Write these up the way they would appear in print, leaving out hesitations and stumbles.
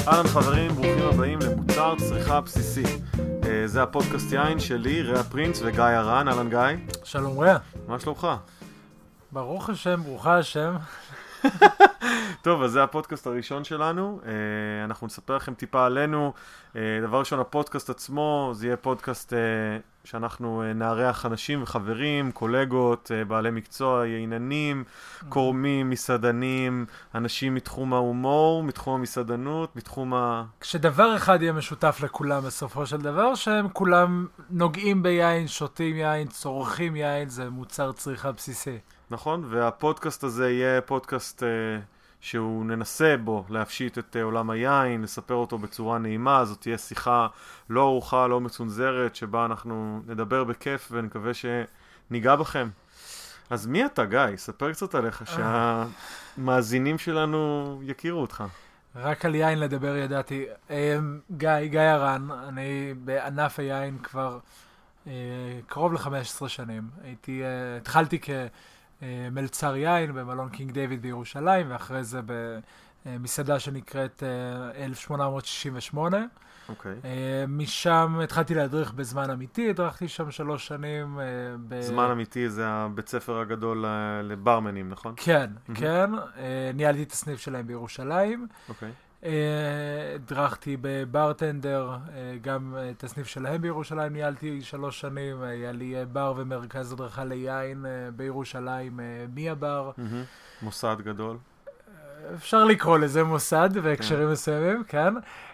אהלן חברים, ברוכים הבאים למוצר צריכה בסיסי. זה הפודקאסט יין שלי, ריאה פרינץ וגיא הרן. אהלן גיא. שלום ריאה. מה שלומך? ברוך השם, ברוכה השם. טוב, אז זה הפודקאסט הראשון שלנו. אנחנו נספר לכם טיפה עלינו. דבר ראשון, הפודקאסט עצמו, זה יהיה פודקאסט שאנחנו נארח אנשים וחברים, קולגות, בעלי מקצוע, ייננים, קורמים, מסעדנים, אנשים מתחום ההומור, מתחום המסעדנות, מתחום כשדבר אחד יהיה משותף לכולם בסופו של דבר, שהם כולם נוגעים ביין, שותים יין, צורכים יין, זה מוצר צריכה בסיסי. נכון, והפודקאסט הזה יהיה פודקאסט שהוא ננסה בו להפשיט את עולם היין, לספר אותו בצורה נעימה. זאת תהיה שיחה לא ארוכה, לא מצונזרת, שבה אנחנו נדבר בכיף ונקווה שניגע בכם. אז מי אתה, גיא? ספר קצת עליך, שהמאזינים שלנו יכירו אותך. רק על יין לדבר ידעתי. גיא הרן, אני בענף היין כבר קרוב ל-15 שנים. התחלתי מלצר יין במלון קינג דיוויד בירושלים, ואחרי זה במסעדה שנקראת 1868. אוקיי. משם התחלתי להדריך בזמן אמיתי, הדרכתי שם 3 שנים. זמן אמיתי זה הבית ספר הגדול לברמנים, נכון? כן, כן. ניהלתי את הסניף שלהם בירושלים. אוקיי. הדרכתי בברטנדר, גם את הסניף שלהם בירושלים ניהלתי 3 שנים, היה לי בר ומרכז הדרכה ליין בירושלים, מיה בר. מוסד גדול. אפשר לקרוא לזה מוסד בהקשרים מסוימים, כן.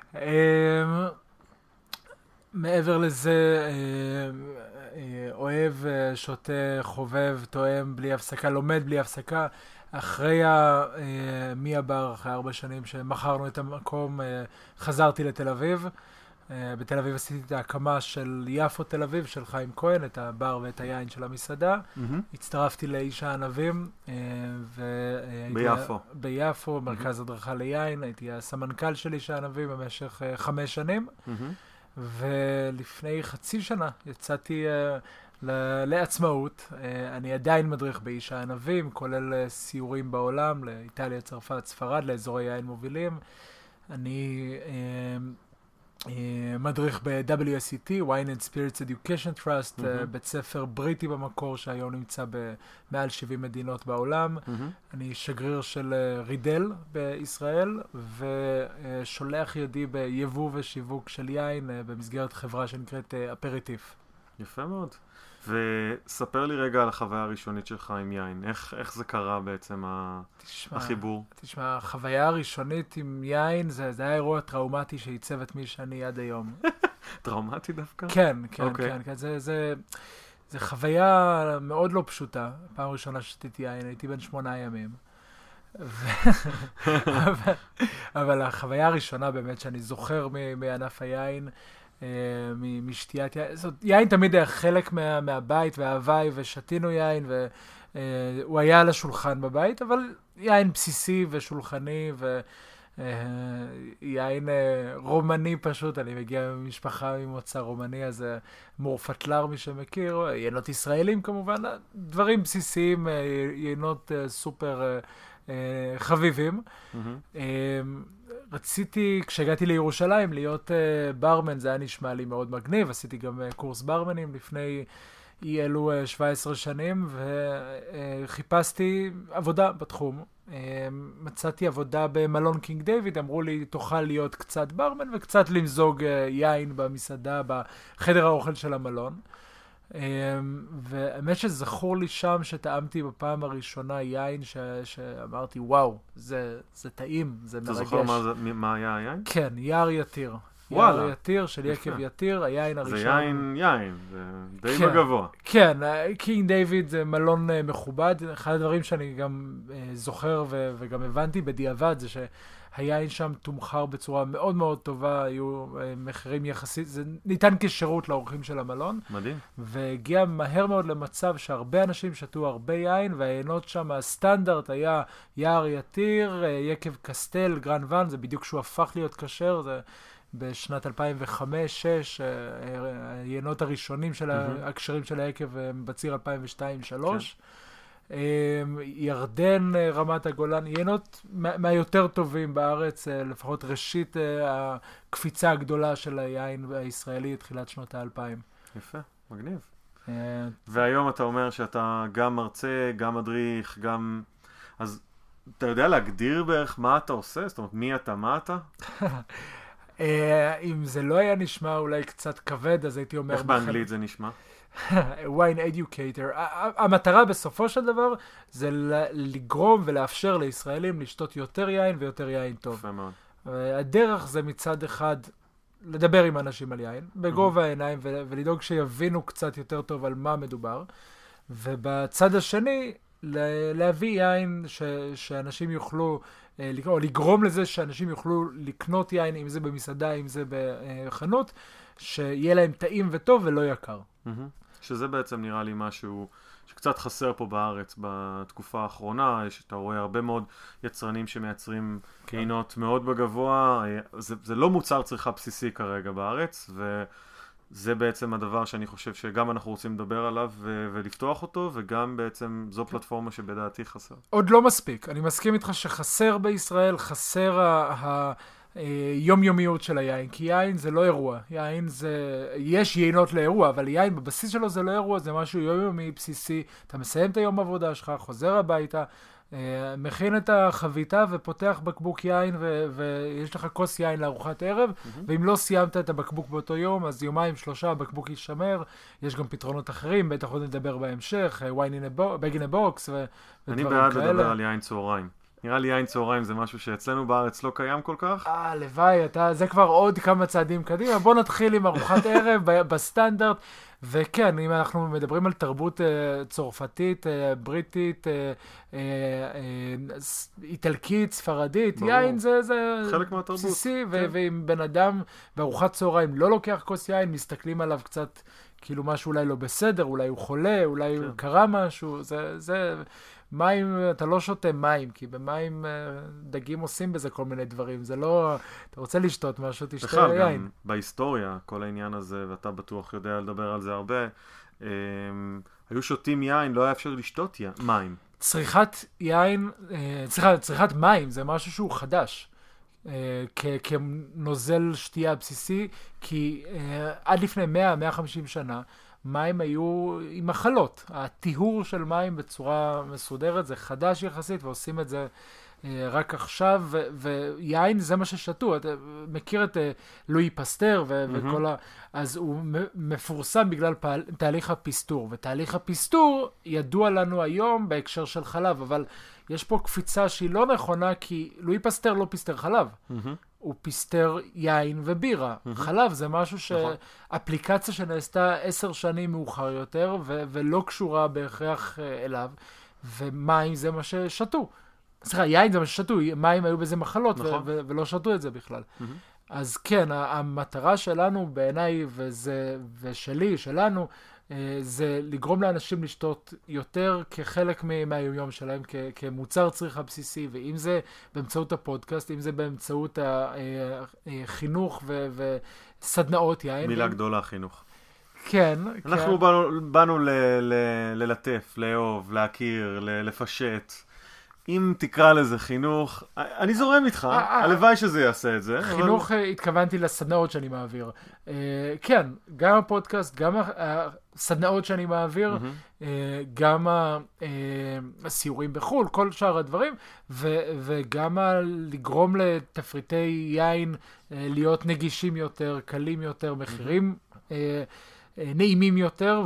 מעבר לזה, אוהב, שותה, חובב, תואם בלי הפסקה, לומד בלי הפסקה. אחרי מיה בר, אחרי 4 שנים שמכרנו את המקום, חזרתי לתל אביב. בתל אביב עשיתי את ההקמה של יפו תל אביב, של חיים כהן, את הבר ואת היין של המסעדה. הצטרפתי לאיש הענבים. ביפו. ביפו, מרכז הדרכה ליין. הייתי הסמנכ"ל של איש הענבים במשך 5 שנים. ולפני חצי שנה יצאתי לעצמאות. אני עדיין מדריך באיש הענבים, כולל סיורים בעולם, לאיטליה, צרפת, ספרד, לאזורי יין מובילים. אני מדריך ב-WSET, Wine and Spirits Education Trust, בית ספר בריטי במקור, שהיום נמצא במעל 70 מדינות בעולם. אני שגריר של רידל בישראל, ושולח ידי ביבוא ושיווק של יין במסגרת חברה שנקראת אפריטיף. יפה מאוד. וספר לי רגע על החוויה הראשונית שלך עם יין. איך זה קרה בעצם החיבור? תשמע, החוויה הראשונית עם יין זה היה אירוע טראומטי שעיצב את מי שאני עד היום. טראומטי דווקא? כן, כן, כן. זה חוויה מאוד לא פשוטה. פעם ראשונה שתיתי יין, הייתי בן 8 ימים. אבל החוויה הראשונה באמת שאני זוכר מענף היין, משתיית יין. יין תמיד היה חלק מהבית וההוואי, ושתינו יין, והוא היה על השולחן בבית, אבל יין בסיסי ושולחני, ויין רומני פשוט. אני מגיע ממשפחה ממוצא רומני, אז מורפטלר מי שמכיר, יינות ישראלים כמובן, דברים בסיסיים, יינות סופר חביבים. רציתי, כשהגעתי לירושלים, להיות ברמן, זה היה נשמע לי מאוד מגניב. עשיתי גם קורס ברמנים לפני אלו 17 שנים, וחיפשתי עבודה בתחום. מצאתי עבודה במלון קינג דיוויד, אמרו לי, תוכל להיות קצת ברמן וקצת למזוג יין במסעדה, בחדר האוכל של המלון. והאמת שזכור לי שם שטעמתי בפעם הראשונה יין שאמרתי, וואו, זה טעים, זה מרגש. אתה זוכר מה היה היין? כן, יער יתיר. וואלה. יער יתיר של יקב יתיר, היין הראשון. זה יין, זה די בגבוה. כן, קינג דיוויד זה מלון מכובד. אחד הדברים שאני גם זוכר וגם הבנתי בדיעבד זה היין שם תומחר בצורה מאוד מאוד טובה, היו מחירים יחסית, זה ניתן כשירות לאורחים של המלון. מדהים. והגיע מהר מאוד למצב שהרבה אנשים שתו הרבה יין, והיינות שם, הסטנדרט היה יער יתיר, יקב קסטל, גרן ואן, זה בדיוק שהוא הפך להיות כשר, זה בשנת 2005-2006, היינות הראשונים של הקשרים של היקב בציר 2002-2003. ירדן, רמת הגולן, יינות מהיותר טובים בארץ, לפחות ראשית הקפיצה הגדולה של היין הישראלי, תחילת שנות ה-2000. יפה, מגניב. והיום אתה אומר שאתה גם מרצה, גם מדריך, גם... אז אתה יודע להגדיר בערך מה אתה עושה? זאת אומרת, מי אתה, מה אתה? אם זה לא היה נשמע אולי קצת כבד, אז הייתי אומר... איך באנגלית זה נשמע? wine educator. המטרה בסופו של דבר זה לגרום ולאפשר לישראלים לשתות יותר יין ויותר יין טוב. יפה מאוד. הדרך זה מצד אחד לדבר עם אנשים על יין, בגובה העיניים, ולדאוג שיבינו קצת יותר טוב על מה מדובר, ובצד השני להביא יין שאנשים יוכלו, או לגרום לזה שאנשים יוכלו לקנות יין, אם זה במסעדה, אם זה בחנות, שיהיה להם טעים וטוב ולא יקר. שזה בעצם נראה לי משהו שקצת חסר פה בארץ בתקופה האחרונה. אתה רואה הרבה מאוד יצרנים שמייצרים יינות מאוד בגבוה. זה לא מוצר צריכה בסיסי כרגע בארץ, וזה בעצם הדבר שאני חושב שגם אנחנו רוצים לדבר עליו ולפתוח אותו, וגם בעצם זו פלטפורמה שבדעתי חסר. עוד לא מספיק. אני מסכים איתך שחסר בישראל, חסר יומיומיות של היין, כי יין זה לא אירוע. יין זה... יש יינות לאירוע, אבל יין בבסיס שלו זה לא אירוע, זה משהו יומיומי בסיסי. אתה מסיים את היום עבודה שלך, חוזר הביתה, מכין את החביתה ופותח בקבוק יין, ויש לך כוס יין לארוחת ערב, ואם לא סיימת את הבקבוק באותו יום, אז יומיים שלושה הבקבוק יישמר. יש גם פתרונות אחרים, בטח עוד נדבר בהמשך, bag in a box ודברים כאלה. אני בעד לדבר על יין צהריים. נראה לי יין צהריים זה משהו שאצלנו בארץ לא קיים כל כך. לוואי, זה כבר עוד כמה צעדים קדימה. בוא נתחיל עם ארוחת ערב בסטנדרט. וכן, אם אנחנו מדברים על תרבות צרפתית, בריטית, איטלקית, ספרדית, יין זה חלק מהתרבות. בסיסי, ואם בן אדם בארוחת צהריים לא לוקח כוס יין, מסתכלים עליו קצת כאילו משהו אולי לא בסדר, אולי הוא חולה, אולי קרה משהו, זה... מים, אתה לא שותה מים, כי במים דגים עושים בזה כל מיני דברים. זה לא... אתה רוצה לשתות משהו, תשתה יין. בכלל, גם בהיסטוריה, כל העניין הזה, ואתה בטוח יודע לדבר על זה הרבה, היו שותים יין, לא היה אפשר לשתות מים. צריכת יין, צריכת מים, זה משהו שהוא חדש. כנוזל שתייה בסיסי, כי עד לפני 100-150 שנה, מים היו עם מחלות. הטיהור של מים בצורה מסודרת זה חדש יחסית, ועושים את זה רק עכשיו, ויין זה מה ששתו. אתה מכיר את לואי פסטר וכל אז הוא מפורסם בגלל תהליך הפסטור, ותהליך הפסטור ידוע לנו היום בהקשר של חלב, אבל יש פה קפיצה שהיא לא נכונה, כי לואי פסטר לא פסטר חלב. הוא פסטר יין ובירה. חלב זה משהו שאפליקציה שנעשתה 10 שנים מאוחר יותר, ולא קשורה בהכרח אליו, ומים זה מה ששתו. סליחה, יין זה מה ששתו, מים היו בזה מחלות, ולא שתו את זה בכלל. אז כן, המטרה שלנו בעיניי, ושלי, שלנו, זה לגרום לאנשים לשתות יותר כחלק מהיומיום שלהם, כמוצר צריכה בסיסי, ואם זה באמצעות הפודקאסט, אם זה באמצעות החינוך וסדנאות יין. מילה גדולה, חינוך. כן. אנחנו באנו ללטף, לאהוב, להכיר, לפשט. אם תקרא לזה חינוך, אני זורם איתך, הלוואי שזה יעשה את זה. חינוך התכוונתי לסדנאות שאני מעביר. כן, גם הפודקאסט, גם הסדנאות שאני מעביר, גם הסיורים בחול, כל שאר הדברים, וגם לגרום לתפריטי יין להיות נגישים יותר, קלים יותר, מחירים נעימים יותר,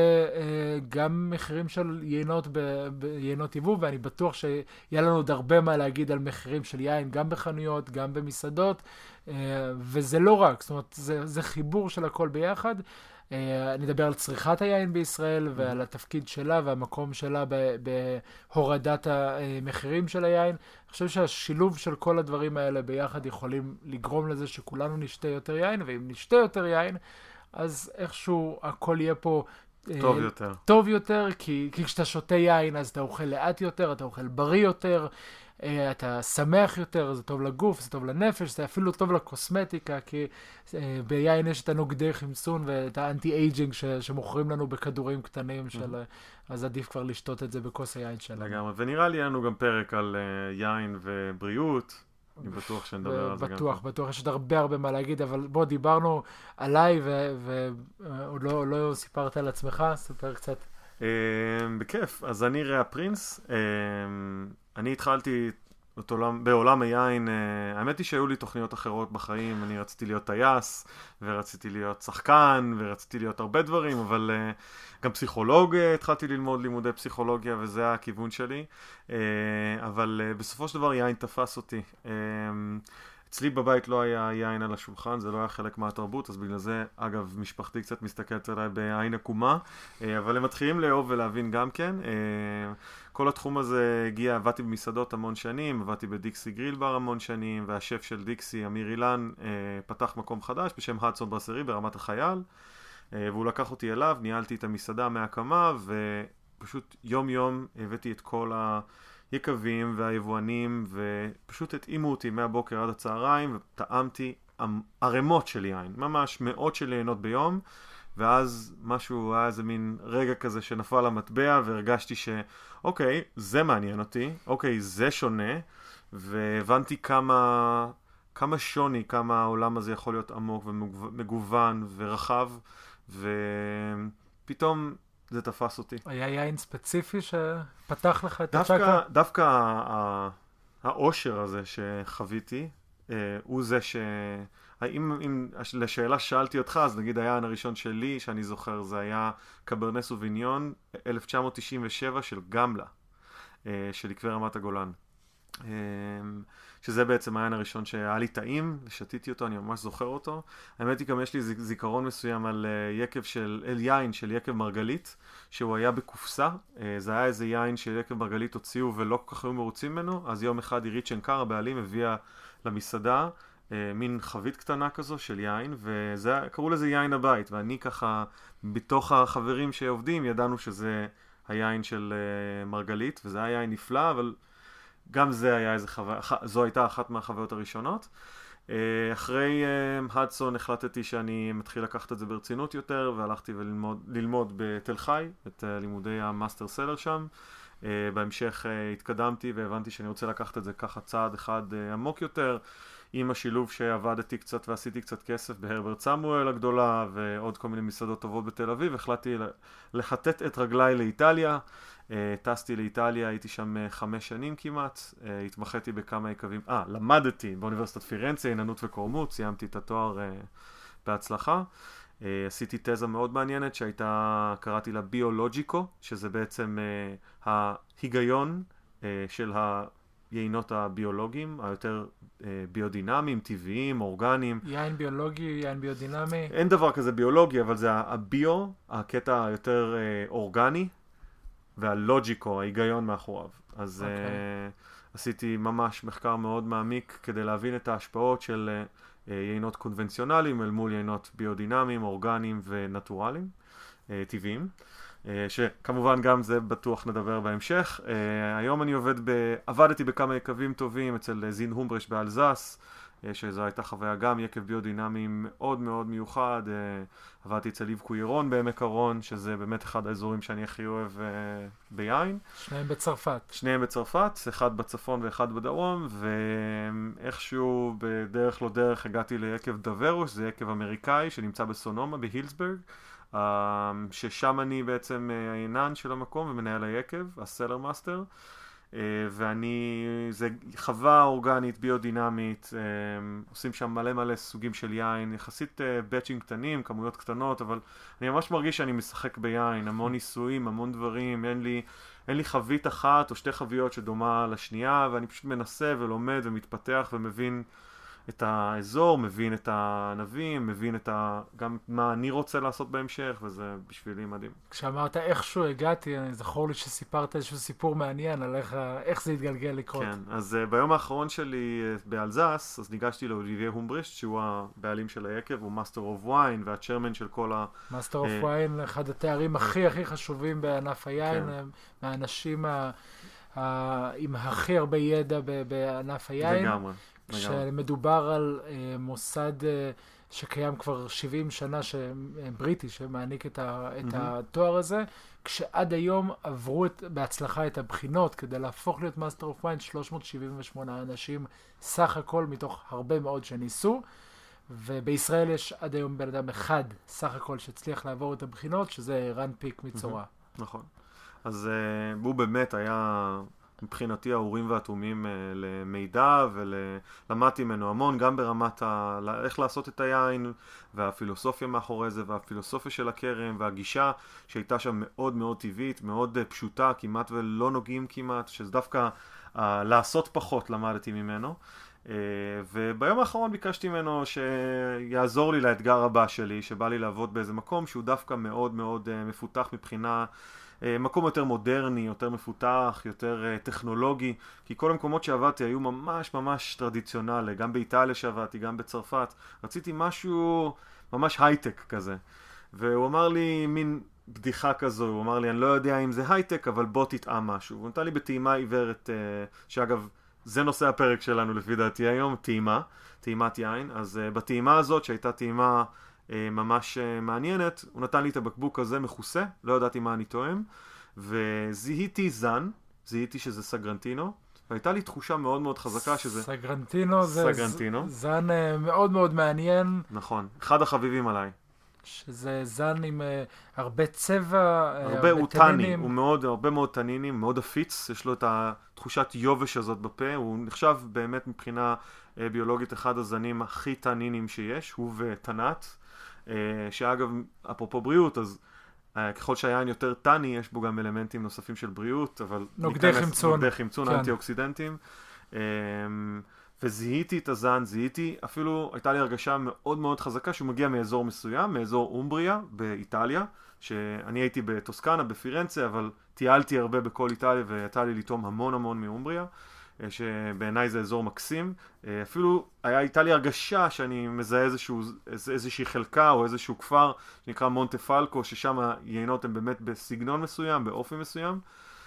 וגם מחירים של יינות יבוא, ואני בטוח שיהיה לנו עוד הרבה מה להגיד על מחירים של יין, גם בחנויות, גם במסעדות, וזה לא רק, זאת אומרת, זה חיבור של הכל ביחד. אני אדבר על צריכת היין בישראל, ועל התפקיד שלה והמקום שלה בהורדת המחירים של היין. אני חושב שהשילוב של כל הדברים האלה ביחד יכולים לגרום לזה שכולנו נשתה יותר יין, ואם נשתה יותר יין, אז איכשהו הכל יהיה פה טוב יותר, כי כשאתה שותה יין אז אתה אוכל לאט יותר, אתה אוכל בריא יותר, אתה שמח יותר, זה טוב לגוף, זה טוב לנפש, זה אפילו טוב לקוסמטיקה, כי ביין יש את הנוגדי חמצון ואת האנטי-אייג'ינג שמוכרים לנו בכדורים קטנים אז עדיף כבר לשתות את זה בכוס היין שלנו. לגמרי, ונראה לי לנו גם פרק על יין ובריאות, אני בטוח שנדבר על זה גם. בטוח, יש עוד הרבה מה להגיד, אבל בוא, דיברנו עליי ועוד לא סיפרת על עצמך, ספר קצת. בכיף, אז אני רע פרינס, אני התחלתי בעולם היין, האמת היא שהיו לי תוכניות אחרות בחיים, אני רציתי להיות טייס, ורציתי להיות שחקן, ורציתי להיות הרבה דברים, אבל גם פסיכולוג, התחלתי ללמוד לימודי פסיכולוגיה, וזה היה הכיוון שלי, אבל בסופו של דבר יין תפס אותי. אצלי בבית לא היה יין על השולחן, זה לא היה חלק מהתרבות, אז בגלל זה, אגב, משפחתי קצת מסתכלת עליי בעין עקומה, אבל הם מתחילים לאהוב ולהבין גם כן. כל התחום הזה הגיע, עבדתי במסעדות המון שנים, עבדתי בדיקסי גריל בר המון שנים, והשף של דיקסי, אמיר אילן, פתח מקום חדש בשם הדסון ברסרי ברמת החייל, והוא לקח אותי אליו, ניהלתי את המסעדה מהקמה, ופשוט יום יום הבאתי את כל היקבים והיבואנים, ופשוט התאימו אותי מהבוקר עד הצהריים, וטעמתי ערימות של יין, ממש מאות של ליהנות ביום, ואז משהו, היה איזה מין רגע כזה שנפל המטבע, והרגשתי שאוקיי, זה מעניין אותי, אוקיי, זה שונה, והבנתי כמה שוני, כמה העולם הזה יכול להיות עמוק ומגוון ורחב, ופתאום זה תפס אותי. היה יין ספציפי שפתח לך את הצ'קרה? דווקא העושר הזה שחוויתי, הוא זה אם לשאלה שאלתי אותך, אז נגיד היין הראשון שלי, שאני זוכר, זה היה קברנה סוביניון 1997 של גמלה, של עקבי רמת הגולן. שזה בעצם היין הראשון שהיה לי טעים, ושתיתי אותו, אני ממש זוכר אותו. האמת היא גם יש לי זיכרון מסוים על יין של יקב מרגלית, שהוא היה בקופסה. זה היה איזה יין של יקב מרגלית הוציאו ולא כל כך היו מרוצים ממנו, אז יום אחד אירית שנקר, הבעלים, הביאה למסעדה, מין חבית קטנה כזו של יין, וקראו לזה יין הבית, ואני ככה, בתוך החברים שעובדים, ידענו שזה היין של מרגלית, וזה היה יין נפלא, אבל גם זה היה איזה חוויה, זו הייתה אחת מהחוויות הראשונות. אחרי הדסון החלטתי שאני מתחיל לקחת את זה ברצינות יותר, והלכתי ללמוד בתל חי, את לימודי המאסטר סלר שם. בהמשך התקדמתי והבנתי שאני רוצה לקחת את זה ככה צעד אחד עמוק יותר, עם השילוב שעבדתי קצת ועשיתי קצת כסף בהרברט סמואל הגדולה ועוד כל מיני מסעדות טובות בתל אביב. החלטתי לחטט את רגליי לאיטליה, טסתי לאיטליה, הייתי שם 5 שנים כמעט, התמחיתי בכמה יקבים, למדתי באוניברסיטת פירנצה, עיננות וקורמות, סיימתי את התואר בהצלחה. עשיתי תזה מאוד מעניינת שהייתה, קראתי לה ביולוג'יקו, שזה בעצם ההיגיון של היינות הביולוגיים, היותר ביודינמיים, טבעיים, אורגניים. יין ביולוגי, יין ביודינמי? אין דבר כזה ביולוגי, אבל זה הביו, הקטע היותר אורגני, והלוג'יקו, ההיגיון מאחוריו. אז עשיתי ממש מחקר מאוד מעמיק כדי להבין את ההשפעות של יינות קונבנציונליים אל מול יינות ביודינמיים, אורגניים ונטורליים, טבעיים. שכמובן גם זה בטוח נדבר בהמשך. היום אני עבדתי בכמה יקבים טובים אצל זין הומברש באלזס, שזו הייתה חוויה גם יקב ביודינמי מאוד מאוד מיוחד. עבדתי אצל ליב קוירון בעמק הרון, שזה באמת אחד האזורים שאני הכי אוהב ביין. שניהם בצרפת, אחד בצפון ואחד בדרום, ואיכשהו בדרך לא דרך הגעתי ליקב דוורוש, זה יקב אמריקאי שנמצא בסונומה בהילסברג, ששם אני בעצם העינן של המקום ומנהל היקב, הסלר מאסטר, זה חווה אורגנית, ביודינמית, עושים שם מלא סוגים של יין, יחסית בצ'ים קטנים, כמויות קטנות, אבל אני ממש מרגיש שאני משחק ביין, המון ניסויים, המון דברים, אין לי חבית אחת או 2 חביות שדומה לשנייה, ואני פשוט מנסה ולומד ומתפתח ומבין את האזור, מבין את הענבים, מבין גם מה אני רוצה לעשות בהמשך, וזה בשבילי מדהים. כשאמרת איכשהו הגעתי, אני זכור לי שסיפרת איזשהו סיפור מעניין על איך זה התגלגל לקרות. כן, אז ביום האחרון שלי באלזס, אז ניגשתי לאוליביה הומברישט, שהוא הבעלים של היקב, הוא מאסטר אוף ויין, והצ'רמן של כל מאסטר אוף ויין, אחד התארים הכי חשובים בענף היין, מהאנשים עם הכי הרבה ידע בענף היין. לגמרי. כשמדובר על מוסד שקיים כבר 70 שנה, בריטי, שמעניק את התואר הזה, כשעד היום עברו בהצלחה את הבחינות כדי להפוך להיות מאסטר אוף ויין 378 אנשים סך הכל מתוך הרבה מאוד שניסו, ובישראל יש עד היום בן אדם אחד סך הכל שהצליח לעבור את הבחינות, שזה רן פיק מצורע. נכון. אז הוא באמת היה מבחינתי האורים והתומים למידע, ולמדתי ממנו המון, גם ברמת איך לעשות את היין, והפילוסופיה מאחורי זה, והפילוסופיה של הכרם, והגישה שהייתה שם מאוד מאוד טבעית, מאוד פשוטה, כמעט ולא נוגעים כמעט, שזה דווקא לעשות פחות למדתי ממנו. וביום האחרון ביקשתי ממנו שיעזור לי לאתגר הבא שלי, שבא לי לעבוד באיזה מקום שהוא דווקא מאוד מאוד מפותח מבחינה, מקום יותר מודרני, יותר מפותח, יותר טכנולוגי, כי כל המקומות שעבדתי היו ממש ממש טרדיציונלי, גם באיטליה שעבדתי, גם בצרפת, רציתי משהו ממש הייטק כזה. והוא אמר לי מין בדיחה כזו, הוא אמר לי, אני לא יודע אם זה הייטק, אבל בוא תטעם משהו. הוא נתן לי בטעימה עיוורת, שאגב, זה נושא הפרק שלנו לפי דעתי היום, טעימת יין. אז בטעימה הזאת, שהייתה טעימה ממש מעניינת, הוא נתן לי את הבקבוק הזה מכוסה, לא ידעתי מה אני טועם, וזיהיתי זיהיתי שזה סגרנטינו, והייתה לי תחושה מאוד מאוד חזקה שזה... סגרנטינו זה זן מאוד מאוד מעניין. נכון, אחד החביבים עליי. שזה זן עם הרבה צבע, הרבה טני, הוא מאוד, הרבה מאוד טנינים, מאוד אפיץ, יש לו את התחושת יובש הזאת בפה, הוא נחשב באמת מבחינה ביולוגית אחד הזנים הכי טנינים שיש, הוא ותנת, שאגב, אפרופו בריאות, אז ככל שהיין יותר טני, יש בו גם אלמנטים נוספים של בריאות, אבל... נוגדי חמצון, כן. אנטי-אוקסידנטים. וזיהיתי את הזן, אפילו הייתה לי הרגשה מאוד מאוד חזקה שהוא מגיע מאזור מסוים, מאזור אומבריה באיטליה, שאני הייתי בטוסקנה, בפירנצה, אבל טיילתי הרבה בכל איטליה והייתה לי לטעום המון המון מאומבריה, שבעיניי זה אזור מקסים. אפילו הייתה לי הרגשה שאני מזהה איזושהי חלקה או איזשהו כפר שנקרא מונטה פלקו, ששם היינות הם באמת בסגנון מסוים, באופי מסוים,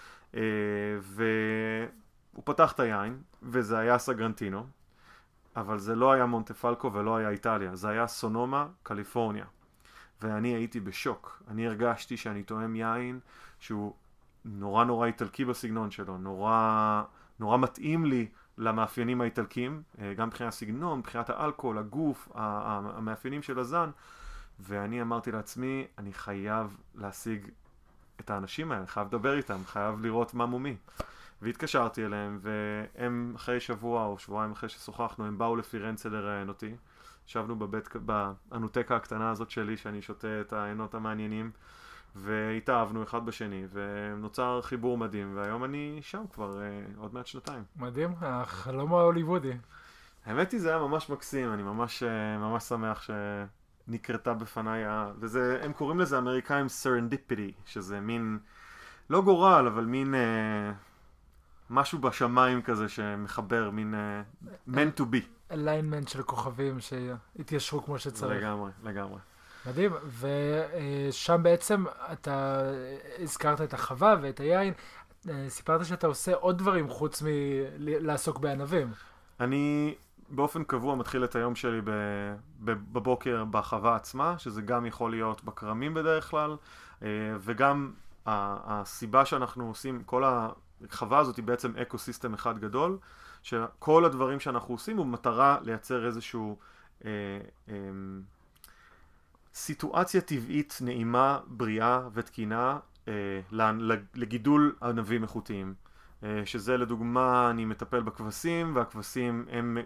הוא פתח את היין, וזה היה סגרנטינו, אבל זה לא היה מונטה פלקו ולא היה איטליה, זה היה סונומה, קליפורניה. ואני הייתי בשוק. אני הרגשתי שאני טועם יין שהוא נורא נורא איטלקי בסגנון שלו, נורא מתאים לי למאפיינים האיטלקיים, גם מבחינת הסגנון, מבחינת האלכוהול, הגוף, המאפיינים של הזן, ואני אמרתי לעצמי, אני חייב להשיג את האנשים האלה, חייב לדבר איתם, חייב לראות מה מומי. והתקשרתי אליהם, והם אחרי שבוע או שבועיים אחרי ששוחחנו, הם באו לפירנצה לראיין אותי. ישבנו באנוטקה הקטנה הזאת שלי, שאני שותה את העינות המעניינים, והתאהבנו אחד בשני, ונוצר חיבור מדהים, והיום אני שם כבר עוד מעט שנתיים. מדהים, החלום ההוליוודי. האמת היא, זה היה ממש מקסים, אני ממש שמח שנקרתה בפניי, הם קוראים לזה אמריקאים סרנדיפיטי, שזה מין, לא גורל, אבל מין... משהו בשמיים כזה שמחבר, מין meant to be. alignment של כוכבים שהתיישרו כמו שצריך. לגמרי. מדהים, ושם בעצם אתה הזכרת את החווה ואת היין, סיפרת שאתה עושה עוד דברים חוץ מלעסוק בענבים. אני באופן קבוע מתחיל את היום שלי בבוקר בחווה עצמה, שזה גם יכול להיות בקרמים בדרך כלל, וגם הסיבה שאנחנו עושים, כל החווה הזאת היא בעצם אקוסיסטם אחד גדול, שכל הדברים שאנחנו עושים הוא במטרה לייצר איזשהו סיטואציה טבעית נעימה, בריאה ותקינה לגידול ענבים איכותיים. שזה לדוגמה, אני מטפל בכבשים, והכבשים הן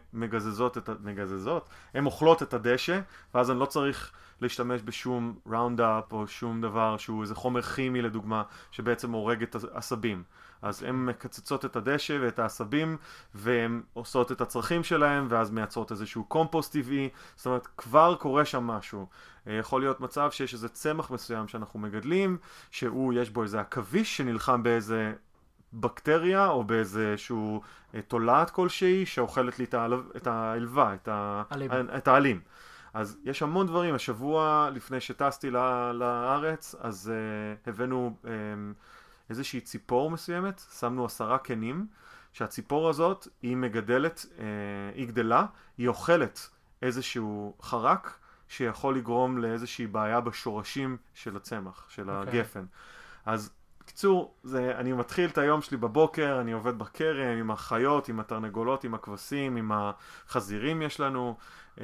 הן אוכלות את הדשא, ואז אני לא צריך להשתמש בשום ראונד-אפ או שום דבר שהוא איזה חומר כימי לדוגמה, שבעצם הורג את העשבים. אז הן מקצצות את הדשא ואת העשבים, והן עושות את הצרכים שלהם, ואז מייצרות איזשהו קומפוסט טבעי. זאת אומרת, כבר קורה שם משהו. יכול להיות מצב שיש איזה צמח מסוים שאנחנו מגדלים, יש בו איזה עכביש שנלחם באיזה בקטריה, או באיזשהו תולעת כלשהי, שאוכלת לי את העלווה, את העלים. אז יש המון דברים. השבוע לפני שטסתי לארץ, אז הבאנו איזושהי ציפור מסוימת, שמנו 10 קנים, שהציפור הזאת היא מגדלת, היא גדלה, היא אוכלת איזשהו חרק, שיכול לגרום לאיזושהי בעיה בשורשים של הצמח, של הגפן. אז בקיצור, אני מתחיל את היום שלי בבוקר, אני עובד בכרם, עם החיות, עם התרנגולות, עם הכבשים, עם החזירים יש לנו.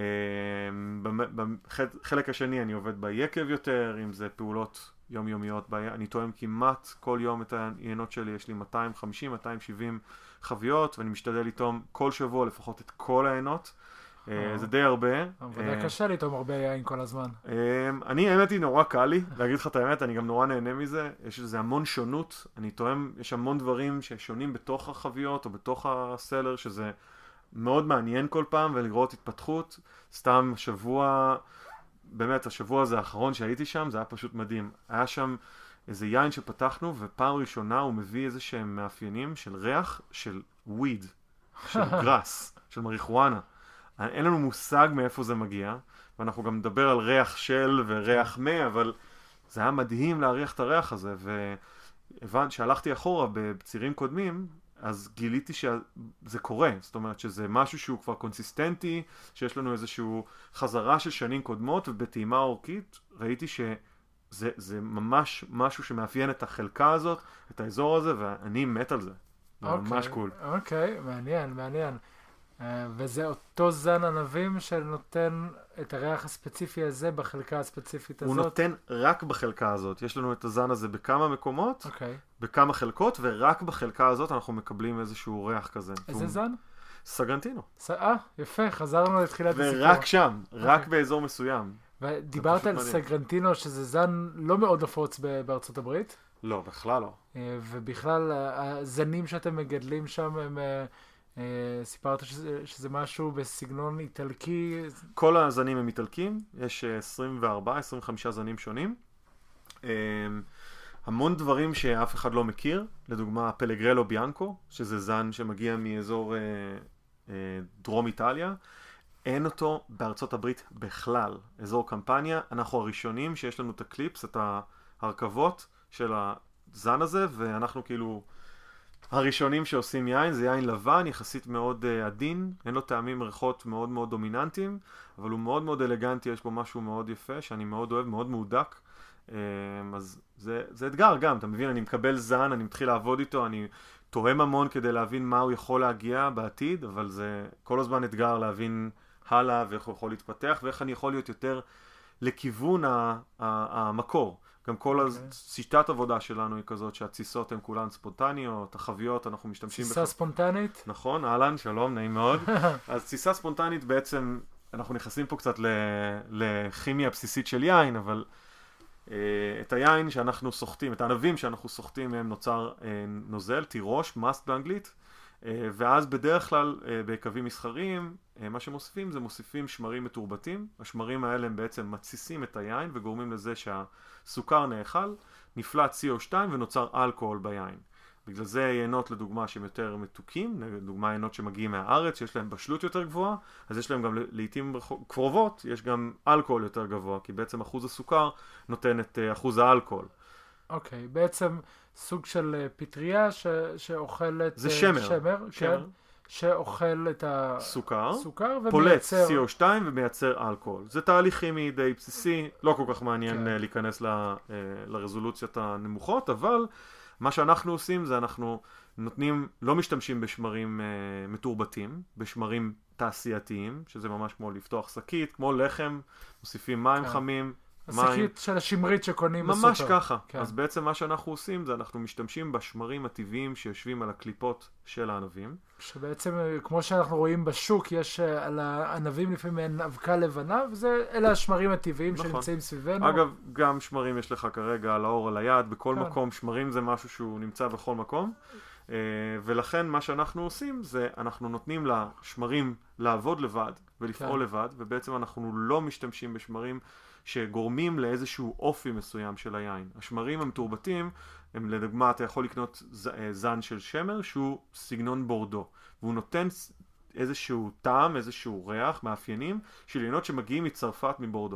בחלק השני אני עובד ביקב יותר, אם זה פעולות יומיומיות. אני תואם כמעט כל יום את העיינות שלי, יש לי 250-270 חביות, ואני משתדל לטעום כל שבוע לפחות את כל העיינות. זה די הרבה. עבודה קשה לטעום הרבה יין כל הזמן. האמת היא נורא קל לי, להגיד לך את האמת, אני גם נורא נהנה מזה. יש לזה המון שונות, אני טועם, יש המון דברים ששונים בתוך החביות או בתוך הסלר, שזה מאוד מעניין כל פעם, ולראות התפתחות. סתם באמת השבוע הזה האחרון שהייתי שם, זה היה פשוט מדהים. היה שם איזה יין שפתחנו, ופעם ראשונה הוא מביא איזה שהם מאפיינים של ריח של וויד, של גרס, של מריחואנה. אין לנו מושג מאיפה זה מגיע, ואנחנו גם נדבר על ריח של וריח אבל זה היה מדהים להריח את הריח הזה, שהלכתי אחורה בצירים קודמים, אז גיליתי שזה קורה, זאת אומרת שזה משהו שהוא כבר קונסיסטנטי, שיש לנו איזשהו חזרה של שנים קודמות, ובטעימה אורכית ראיתי שזה ממש משהו שמאפיין את החלקה הזאת, את האזור הזה, ואני מת על זה. זה ממש קול. אוקיי, מעניין. וזה אותו זן ענבים שנותן את הריח הספציפי הזה בחלקה הספציפית הזאת? הוא נותן רק בחלקה הזאת. יש לנו את הזן הזה בכמה מקומות, בכמה חלקות, ורק בחלקה הזאת אנחנו מקבלים איזשהו ריח כזה. איזה זן? סגרנטינו. יפה, חזרנו לתחילת הסיפור. ורק שם, רק באזור מסוים. ודיברת על סגרנטינו, שזה זן לא מאוד נפוץ בארצות הברית? לא, בכלל לא. ובכלל, הזנים שאתם מגדלים שם הם... סיפרת שזה משהו בסגנון איטלקי? כל הזנים הם איטלקים, יש 24-25 זנים שונים. המון דברים שאף אחד לא מכיר, לדוגמה פלגרלו ביאנקו, שזה זן שמגיע מאזור דרום איטליה, אין אותו בארצות הברית בכלל. אזור קמפניה, אנחנו הראשונים שיש לנו את הקליפס, את ההרכבות של הזן הזה, ואנחנו כאילו... הראשונים שעושים יין, זה יין לבן, יחסית מאוד עדין, אין לו טעמים ריחות מאוד מאוד דומיננטיים, אבל הוא מאוד מאוד אלגנטי, יש בו משהו מאוד יפה, שאני מאוד אוהב, מאוד מהודק. אז זה אתגר גם, אתה מבין, אני מקבל זן, אני מתחיל לעבוד איתו, אני תואם המון כדי להבין מה הוא יכול להגיע בעתיד, אבל זה כל הזמן אתגר להבין הלאה ואיך הוא יכול להתפתח, ואיך אני יכול להיות יותר לכיוון המקור. גם כל שיטת עבודה שלנו היא כזאת שהתסיסות הן כולן ספונטניות, החביות אנחנו משתמשים... תסיסה ספונטנית? נכון, אהלן, שלום, נעים מאוד. אז תסיסה ספונטנית בעצם, אנחנו נכנסים פה קצת לכימיה בסיסית של יין, אבל את היין שאנחנו סוחטים, את הענבים שאנחנו סוחטים מהם נוצר נוזל, תירוש, מאסט באנגלית, ואז בדרך כלל בקווים מסחריים, מה שמוסיפים זה מוסיפים שמרים מתורבתים. השמרים האלה הם בעצם מתסיסים את היין וגורמים לזה שהסוכר נאכל, נפלט CO2 ונוצר אלכוהול ביין. בגלל זה יינות לדוגמה שהם יותר מתוקים, לדוגמה יינות שמגיעים מהארץ, שיש להם בשלות יותר גבוהה, אז יש להם גם לעתים קרובות, יש גם אלכוהול יותר גבוה, כי בעצם אחוז הסוכר נותן את אחוז האלכוהול. אוקיי, בעצם סוג של פטריה שאוכלת... זה שמר. כן. שאוכל את הסוכר, ומייצר... פולט CO2 ומייצר אלכוהול. זה תהליך כימי די בסיסי, לא כל כך מעניין להיכנס לרזולוציות הנמוכות, אבל מה שאנחנו עושים זה אנחנו נותנים, לא משתמשים בשמרים מתורבתים, בשמרים תעשייתיים, שזה ממש כמו לפתוח שקית, כמו לחם, מוסיפים מים חמים, השקית של השמרית שקונים בסופר. ממש ככה. כן. אז בעצם מה שאנחנו עושים זה אנחנו משתמשים בשמרים הטבעיים שיושבים על הקליפות של הענבים. שבעצם כמו שאנחנו רואים בשוק יש על הענבים לפעמים אבקה לבנה, אלה השמרים הטבעיים נכון. שנמצאים סביבנו. אגב, גם שמרים יש לך כרגע על האור, על היד, בכל כן. מקום. שמרים זה משהו שהוא נמצא בכל מקום. ולכן מה שאנחנו עושים זה אנחנו נותנים לשמרים לעבוד לבד ולפעול כן. לבד, ובעצם אנחנו לא משתמשים בשמרים שגורמים לאיזשהו אופי מסוים של היין. השמרים המתורבתים, הם לדוגמה, אתה יכול לקנות זן של שמר שהוא סגנון בורדו, והוא נותן איזשהו טעם, איזשהו ריח, מאפיינים של יינות שמגיעים מצרפת מבורדו.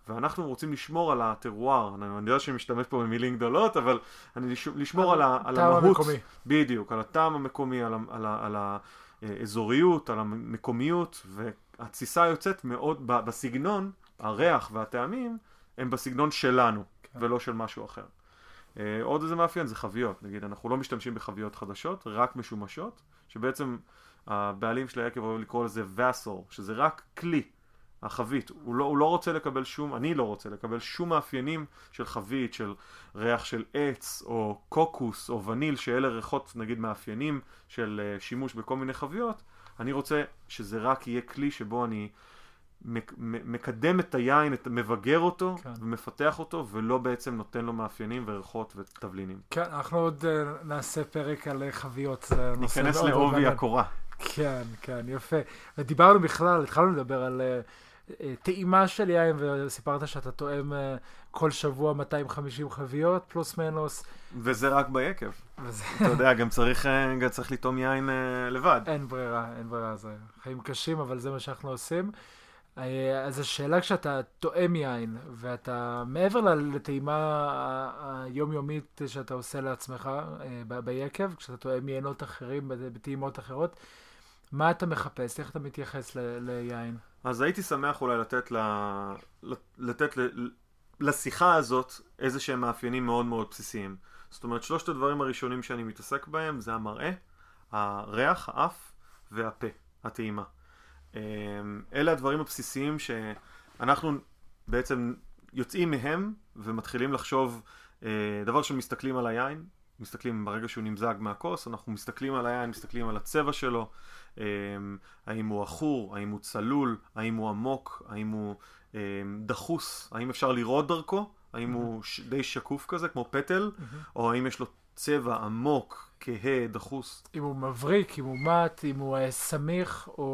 ואנחנו רוצים לשמור על הטרואר, אני יודע שאני משתמש פה במילים גדולות, אבל אני לשמור על המהות, המקומי. בדיוק, על הטעם המקומי, על האזוריות, על המקומיות, והתסיסה יוצאת מאוד בסגנון, הריח והטעמים, הם בסגנון שלנו, ולא של משהו אחר. עוד איזה מאפיין זה חביות, נגיד, אנחנו לא משתמשים בחביות חדשות, רק משומשות, שבעצם הבעלים של היקב אוהב לקרוא לזה vassal, שזה רק כלי, החבית. הוא לא רוצה לקבל אני לא רוצה לקבל שום מאפיינים של חבית, של ריח של עץ, או קוקוס, או וניל, שאלה ריחות, נגיד, מאפיינים של שימוש בכל מיני חביות. אני רוצה שזה רק יהיה כלי שבו אני מקדם את היין, מבגר אותו, כן. ומפתח אותו, ולא בעצם נותן לו מאפיינים וריחות ותבלינים. כן, אנחנו עוד נעשה פרק על חביות. ניכנס לעובי הקורה. כן, כן, יפה. ודיברנו בכלל, התחלנו לדבר על טעימה של יין, וסיפרת שאתה טועם כל שבוע 250 חביות, פלוס מינוס. וזה רק ביקב. אתה יודע, גם צריך לטעום יין לבד. אין ברירה, זה חיים קשים, אבל זה מה שאנחנו עושים. אז השאלה כשאתה טועם יין, ואתה מעבר לטעימה היומיומית שאתה עושה לעצמך ביקב, כשאתה טועם יינות אחרים בטעימות אחרות, מה אתה מחפש? איך אתה מתייחס ליין? אז הייתי שמח אולי לתת לשיחה הזאת איזה שהם מאפיינים מאוד מאוד בסיסיים. זאת אומרת, שלושת הדברים הראשונים שאני מתעסק בהם זה המראה, הריח, האף והפה, הטעימה. אלה הדברים הבסיסיים שאנחנו בעצם יוצאים מהם ומתחילים לחשוב, דבר שמסתכלים על היין, מסתכלים ברגע שהוא נמזג מהכוס, אנחנו מסתכלים על היין, מסתכלים על הצבע שלו, האם הוא עכור, האם הוא צלול, האם הוא עמוק, האם הוא דחוס, האם אפשר לראות דרכו, האם הוא די שקוף כזה כמו פטל, או האם יש לו צבע עמוק, כהה, דחוס. אם הוא מבריק, אם הוא מת, אם הוא סמיך או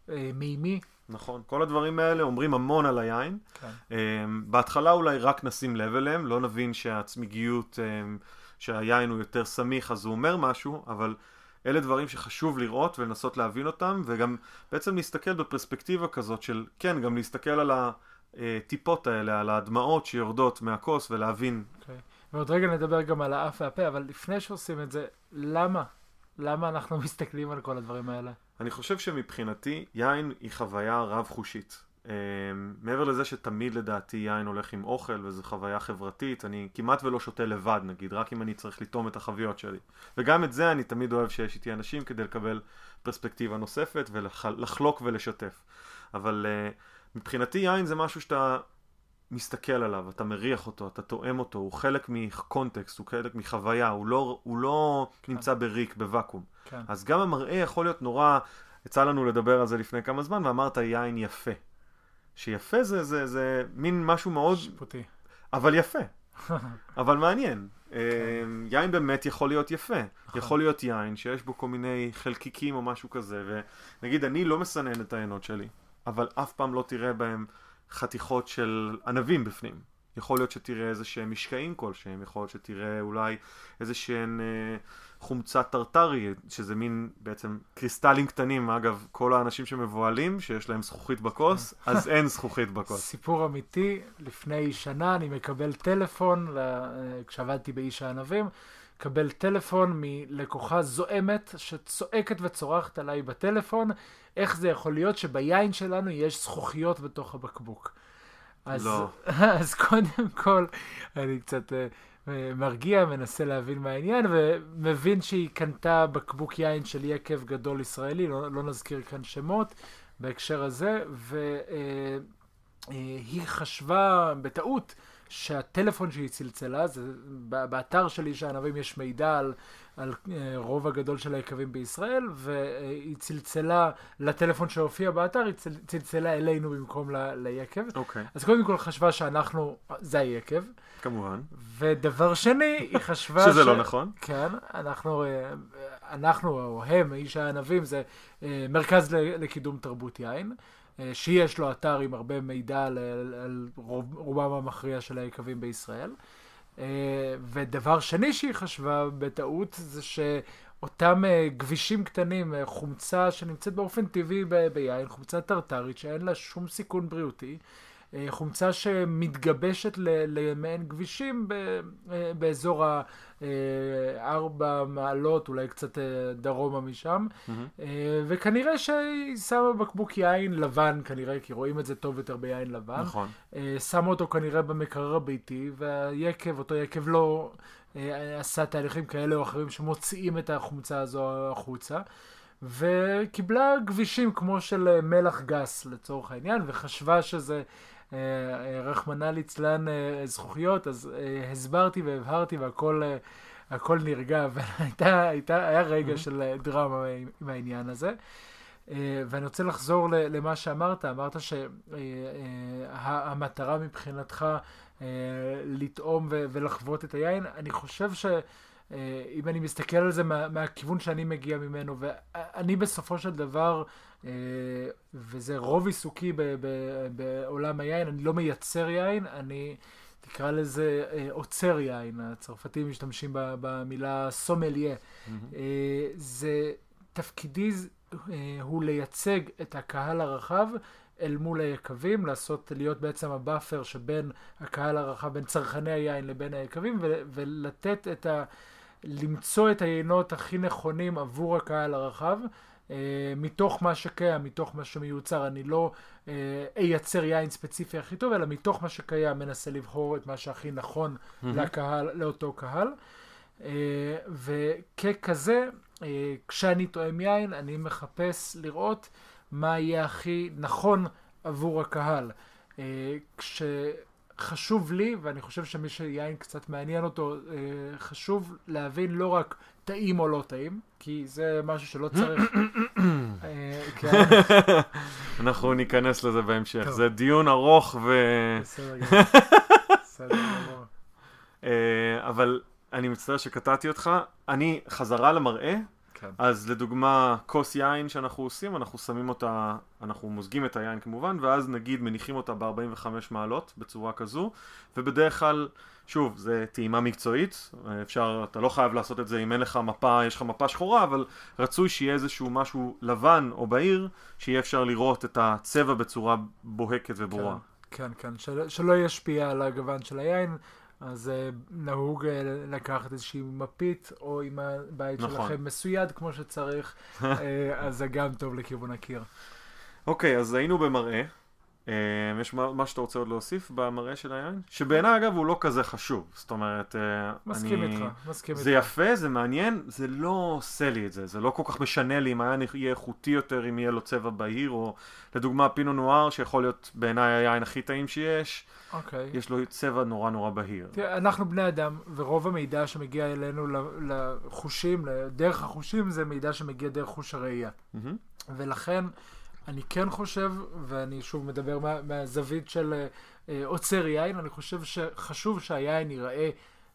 מימי. נכון, כל הדברים האלה אומרים המון על היין. כן. בהתחלה אולי רק נשים לב אליהם, לא נבין שהצמיגיות, שהיין הוא יותר סמיך, אז הוא אומר משהו, אבל אלה דברים שחשוב לראות ולנסות להבין אותם, וגם בעצם להסתכל בפרספקטיבה כזאת של, כן, גם להסתכל על הטיפות האלה, על הדמעות שיורדות מהכוס ולהבין. אוקיי. ועוד רגע נדבר גם על האף והפה, אבל לפני שעושים את זה, למה? למה אנחנו מסתכלים על כל הדברים האלה? אני חושב שמבחינתי יין היא חוויה רב חושית. מעבר לזה שתמיד לדעתי יין הולך עם אוכל וזו חוויה חברתית, אני כמעט ולא שותה לבד נגיד, רק אם אני צריך לטעום את החביות שלי. וגם את זה אני תמיד אוהב שיש איתי אנשים כדי לקבל פרספקטיבה נוספת ולחלוק ולשתף. אבל מבחינתי יין זה משהו שאתה מסתכל עליו, אתה מריח אותו, אתה טועם אותו, הוא חלק מקונטקסט, הוא חלק מחוויה, הוא לא כן. נמצא בריק, בוואקום. כן. אז גם המראה יכול להיות נורא, יצא לנו לדבר על זה לפני כמה זמן, ואמרת יין יפה. שיפה זה מין משהו מאוד... שיפוטי. אבל יפה. אבל מעניין. כן. יין באמת יכול להיות יפה. יכול להיות יין שיש בו כל מיני חלקיקים או משהו כזה, ונגיד אני לא מסנן את העינות שלי, אבל אף פעם לא תראה בהם חתיכות של ענבים בפנים. יכול להיות שתראה איזה שהם משקעים כלשהם, יכול להיות שתראה אולי איזה שהן חומצה טרטרי, שזה מין בעצם קריסטלים קטנים. אגב, כל האנשים שמבועלים, שיש להם זכוכית בכוס, אז אין זכוכית בכוס. סיפור אמיתי, לפני שנה אני מקבל טלפון, כשעבדתי באיש הענבים, קבל טלפון מלקוחה זועמת שצועקת וצורחת עליי בטלפון, איך זה יכול להיות שביין שלנו יש זכוכיות בתוך הבקבוק. אז, לא. אז קודם כל אני קצת מרגיע, מנסה להבין מה העניין, ומבין שהיא קנתה בקבוק יין של יקב גדול ישראלי, לא נזכיר כאן שמות בהקשר הזה, והיא חשבה בטעות שהטלפון שהיא צלצלה, באתר של איש הענבים יש מידע על רוב הגדול של היקבים בישראל, והיא צלצלה לטלפון שהופיע באתר, היא צלצלה אלינו במקום ליקב. אוקיי. אז קודם כל חשבה שאנחנו, זה היקב. כמובן. ודבר שני, היא חשבה שזה לא נכון. כן, אנחנו, או הם, איש הענבים, זה מרכז לקידום תרבות יין. שיש לו אתר עם הרבה מידע על רובם המכריע של היקבים בישראל. ודבר שני שהיא חשבה בטעות זה שאותם גבישים קטנים, חומצה שנמצאת באופן טבעי ביין, חומצה טרטרית שאין לה שום סיכון בריאותי, חומצה שמתגבשת למעין כבישים באזור 4 מעלות, אולי קצת דרומה משם, וכנראה שהיא שמה בקבוק יין לבן כנראה, כי רואים את זה טוב יותר ביין לבן. נכון. שמה אותו כנראה במקרר הביתי, והיקב, אותו יקב לא עשה תהליכים כאלה או אחרים שמוציאים את החומצה הזו החוצה, וקיבלה גבישים כמו של מלח גס לצורך העניין, וחשבה שזה רחמנא ליצלן זכוכיות, אז הסברתי והבהרתי והכל נרגע, והיה רגע של דרמה עם העניין הזה. ואני רוצה לחזור למה שאמרת, אמרת שהמטרה מבחינתך לטעום ולחוות את היין. אני חושב שאם אני מסתכל על זה מהכיוון שאני מגיע ממנו, ואני בסופו של דבר, וזה רוב עיסוקי בעולם היין, אני לא מייצר יין, אני תקרא לזה עוצר יין, הצרפתים משתמשים במילה סומליה. זה תפקידי הוא לייצג את הקהל הרחב אל מול היקבים, להיות בעצם הבאפר שבין הקהל הרחב, בין צרכני היין לבין היקבים, ולתת למצוא את היינות הכי נכונים עבור הקהל הרחב, מתוך מה שקיים, מתוך מה שמיוצר. אני לא אייצר יין ספציפי הכי טוב, אלא מתוך מה שקיים מנסה לבחור את מה שהכי נכון לקהל, לאותו קהל. וככזה, כשאני טועם יין, אני מחפש לראות מה יהיה הכי נכון עבור הקהל. כשחשוב לי, ואני חושב שמי שיין קצת מעניין אותו, חשוב להבין לא רק טעים או לא טעים, כי זה משהו שלא צריך. אנחנו ניכנס לזה בהמשך. זה דיון ארוך בסדר גמור. אבל אני מצטער שקטעתי אותך. אני חזרה למראה. אז לדוגמה, כוס יין שאנחנו עושים, אנחנו שמים אותה, אנחנו מוזגים את היין כמובן, ואז נגיד מניחים אותה ב-45 מעלות בצורה כזו, ובדרך כלל, שוב, זה טעימה מקצועית, אתה לא חייב לעשות את זה אם אין לך מפה, יש לך מפה שחורה, אבל רצוי שיהיה איזשהו משהו לבן או בהיר, שיהיה אפשר לראות את הצבע בצורה בוהקת וברורה. כן, שלא ישפיע על הגוון של היין. אז נהוג לקחת איזושהי מפית, או אם הבית שלכם מסויד כמו שצריך, אז זה גם טוב לכיוון הקיר. אוקיי, אז היינו במראה. יש מה שאתה רוצה עוד להוסיף במראה של היין? שבעיניי אגב הוא לא כזה חשוב. זאת אומרת, מסכים איתך. זה יפה, זה מעניין, זה לא עושה לי את זה. זה לא כל כך משנה לי אם היין יהיה איכותי יותר, אם יהיה לו צבע בהיר, או לדוגמה פינו נואר, שיכול להיות בעיניי היין הכי טעים שיש. יש לו צבע נורא נורא בהיר. תראה, אנחנו בני אדם, ורוב המידע שמגיע אלינו לחושים, דרך החושים, זה מידע שמגיע דרך חוש הראייה. ולכן אני כן חושב, ואני שוב מדבר מהזווית של עוצר יין, אני חושב שחשוב שהיין ייראה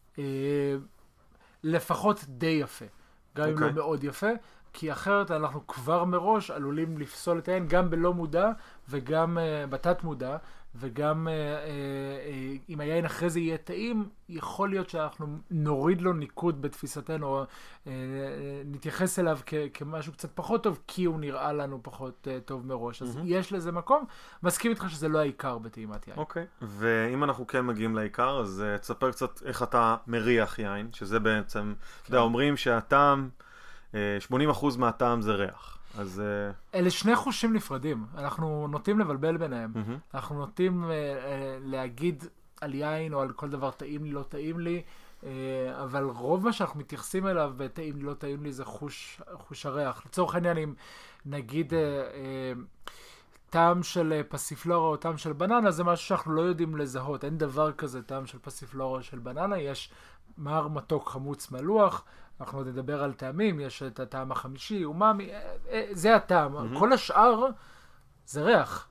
לפחות די יפה, גם אם לא מאוד יפה, כי אחרת אנחנו כבר מראש עלולים לפסול את היין, גם בלא מודע וגם בתת מודע, וגם אם היין אחרי זה יהיה טעים, יכול להיות שאנחנו נוריד לו ניקוד בתפיסתנו, או נתייחס אליו כמשהו קצת פחות טוב, כי הוא נראה לנו פחות טוב מראש. אז יש לזה מקום. מסכים איתך שזה לא העיקר בטעימת יין. אוקיי. ואם אנחנו כן מגיעים לעיקר, אז תספר קצת איך אתה מריח יין, שזה בעצם, אתה יודע, אומרים שהטעם, 80% מהטעם זה ריח. אז אלה שני חושים נפרדים. אנחנו נוטים לבלבל ביניהם. אנחנו נוטים להגיד על יין או על כל דבר טעים לי, לא טעים לי, אבל רוב מה שאנחנו מתייחסים אליו בטעים לי, לא טעים לי, זה חוש הריח. לצורך העניין, אם נגיד טעם של פסיפלורה או טעם של בננה, זה משהו שאנחנו לא יודעים לזהות. אין דבר כזה טעם של פסיפלורה או של בננה. יש מר מתוק חמוץ מלוח, אנחנו עוד נדבר על טעמים, יש את הטעם החמישי, אומאמי, זה הטעם. כל השאר זה ריח.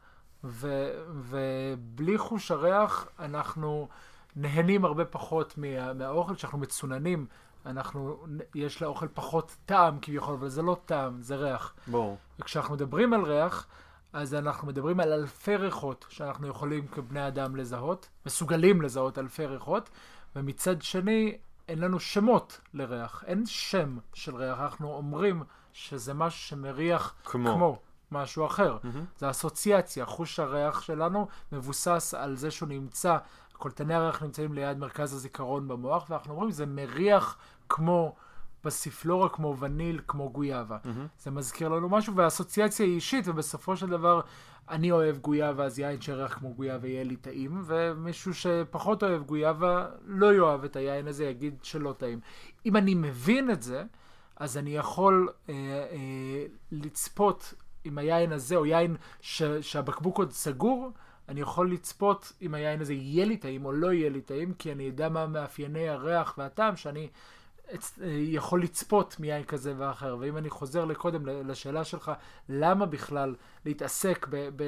ובלי חוש הריח אנחנו נהנים הרבה פחות מהאוכל. כשאנחנו מצוננים, יש לאוכל פחות טעם כביכול, אבל זה לא טעם, זה ריח. ברור. וכשאנחנו מדברים על ריח, אז אנחנו מדברים על אלפי ריחות שאנחנו יכולים כבני אדם לזהות, מסוגלים לזהות אלפי ריחות, ומצד שני אין לנו שמות לריח, אין שם של ריח, אנחנו אומרים שזה משהו שמריח כמו. משהו אחר. זה אסוציאציה. חוש הריח שלנו מבוסס על זה שהוא נמצא, קולטני הריח נמצאים ליד מרכז הזיכרון במוח, ואנחנו אומרים, זה מריח כמו בספלורה, כמו וניל, כמו גויאבה. זה מזכיר לנו משהו, והאסוציאציה היא אישית, ובסופו של דבר, אני אוהב גויאבה, אז יין שריח כמו גויאבה יהיה לי טעים, ומישהו שפחות אוהב גויאבה לא יאהב את היין הזה, יגיד שלא טעים. אם אני מבין את זה, אז אני יכול לצפות עם היין הזה, או יין שהבקבוק עוד סגור, אני יכול לצפות אם היין הזה יהיה לי טעים או לא יהיה לי טעים, כי אני יודע מה מאפייני הריח והטעם שאני יכול לצפות מיין כזה ואחר. ואם אני חוזר לקודם לשאלה שלך, למה בכלל להתעסק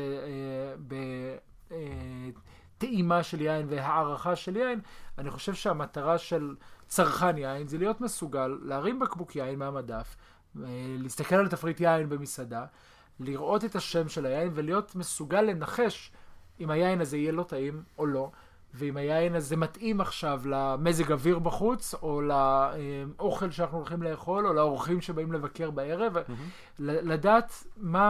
בטעימה של יין והערכה של יין, אני חושב שהמטרה של צרכן יין זה להיות מסוגל להרים בקבוק יין מהמדף, להסתכל על תפריט יין במסעדה, לראות את השם של היין ולהיות מסוגל לנחש אם היין הזה יהיה לו טעים או לא, ואם היין הזה מתאים עכשיו למזג אוויר בחוץ, או לאוכל שאנחנו הולכים לאכול, או לאורחים שבאים לבקר בערב, לדעת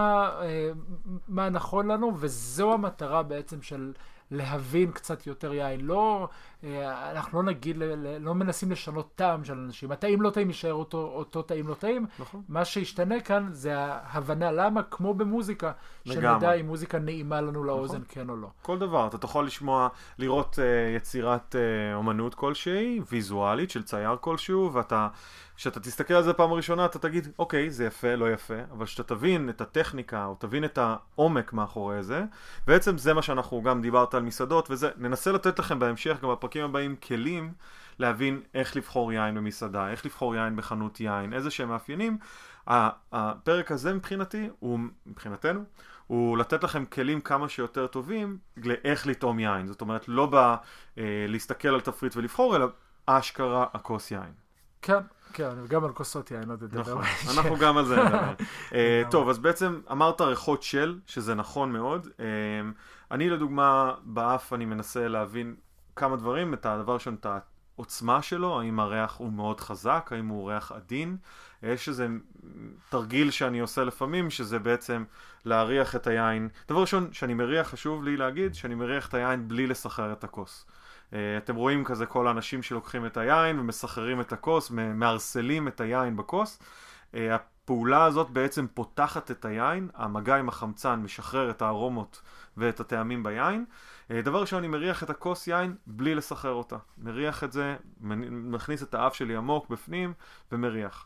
מה נכון לנו, וזו המטרה בעצם של להבין קצת יותר יין. אנחנו לא נגיד, לא מנסים לשנות טעם של אנשים. הטעים לא טעים יישאר אותו טעים לא טעים. נכון. מה שישתנה כאן זה ההבנה למה, כמו במוזיקה, שנדע אם מוזיקה נעימה לנו לאוזן, נכון. כן או לא. כל דבר. אתה תוכל לראות יצירת אומנות כלשהי, ויזואלית של צייר כלשהו, כשאתה תסתכל על זה פעם ראשונה, אתה תגיד, אוקיי, זה יפה, לא יפה, אבל כשאתה תבין את הטכניקה, או תבין את העומק מאחורי זה, בעצם זה מה שאנחנו גם דיברת על מסעדות, וזה, ננסה לתת לכם בהמשך, גם בפרקים הבאים, כלים להבין איך לבחור יין במסעדה, איך לבחור יין בחנות יין, איזה שהם מאפיינים. הפרק הזה מבחינתנו, הוא לתת לכם כלים כמה שיותר טובים לאיך לטעום יין. זאת אומרת, לא בא להסתכל על תפריט ולבחור, אלא אשכרה הכוס יין. כן. כן, גם על כוסות יין, עוד יותר. נכון, אנחנו גם על זה נדבר. טוב, אז בעצם אמרת ריחות של, שזה נכון מאוד. אני לדוגמה, באף אני מנסה להבין כמה דברים, את הדבר ראשון, את העוצמה שלו, האם הריח הוא מאוד חזק, האם הוא ריח עדין. יש איזה תרגיל שאני עושה לפעמים, שזה בעצם להריח את היין. דבר ראשון, שאני מריח, חשוב לי להגיד, שאני מריח את היין בלי לסחרר את הכוס. אתם רואים כזה כל האנשים שלוקחים את היין ומסחררים את הכוס, מארסלים את היין בכוס. הפעולה הזאת בעצם פותחת את היין, המגע עם החמצן משחרר את הארומות ואת הטעמים ביין. דבר ראשון, אני מריח את הכוס יין בלי לסחרר אותה. מריח את זה, מכניס את האף שלי עמוק בפנים ומריח.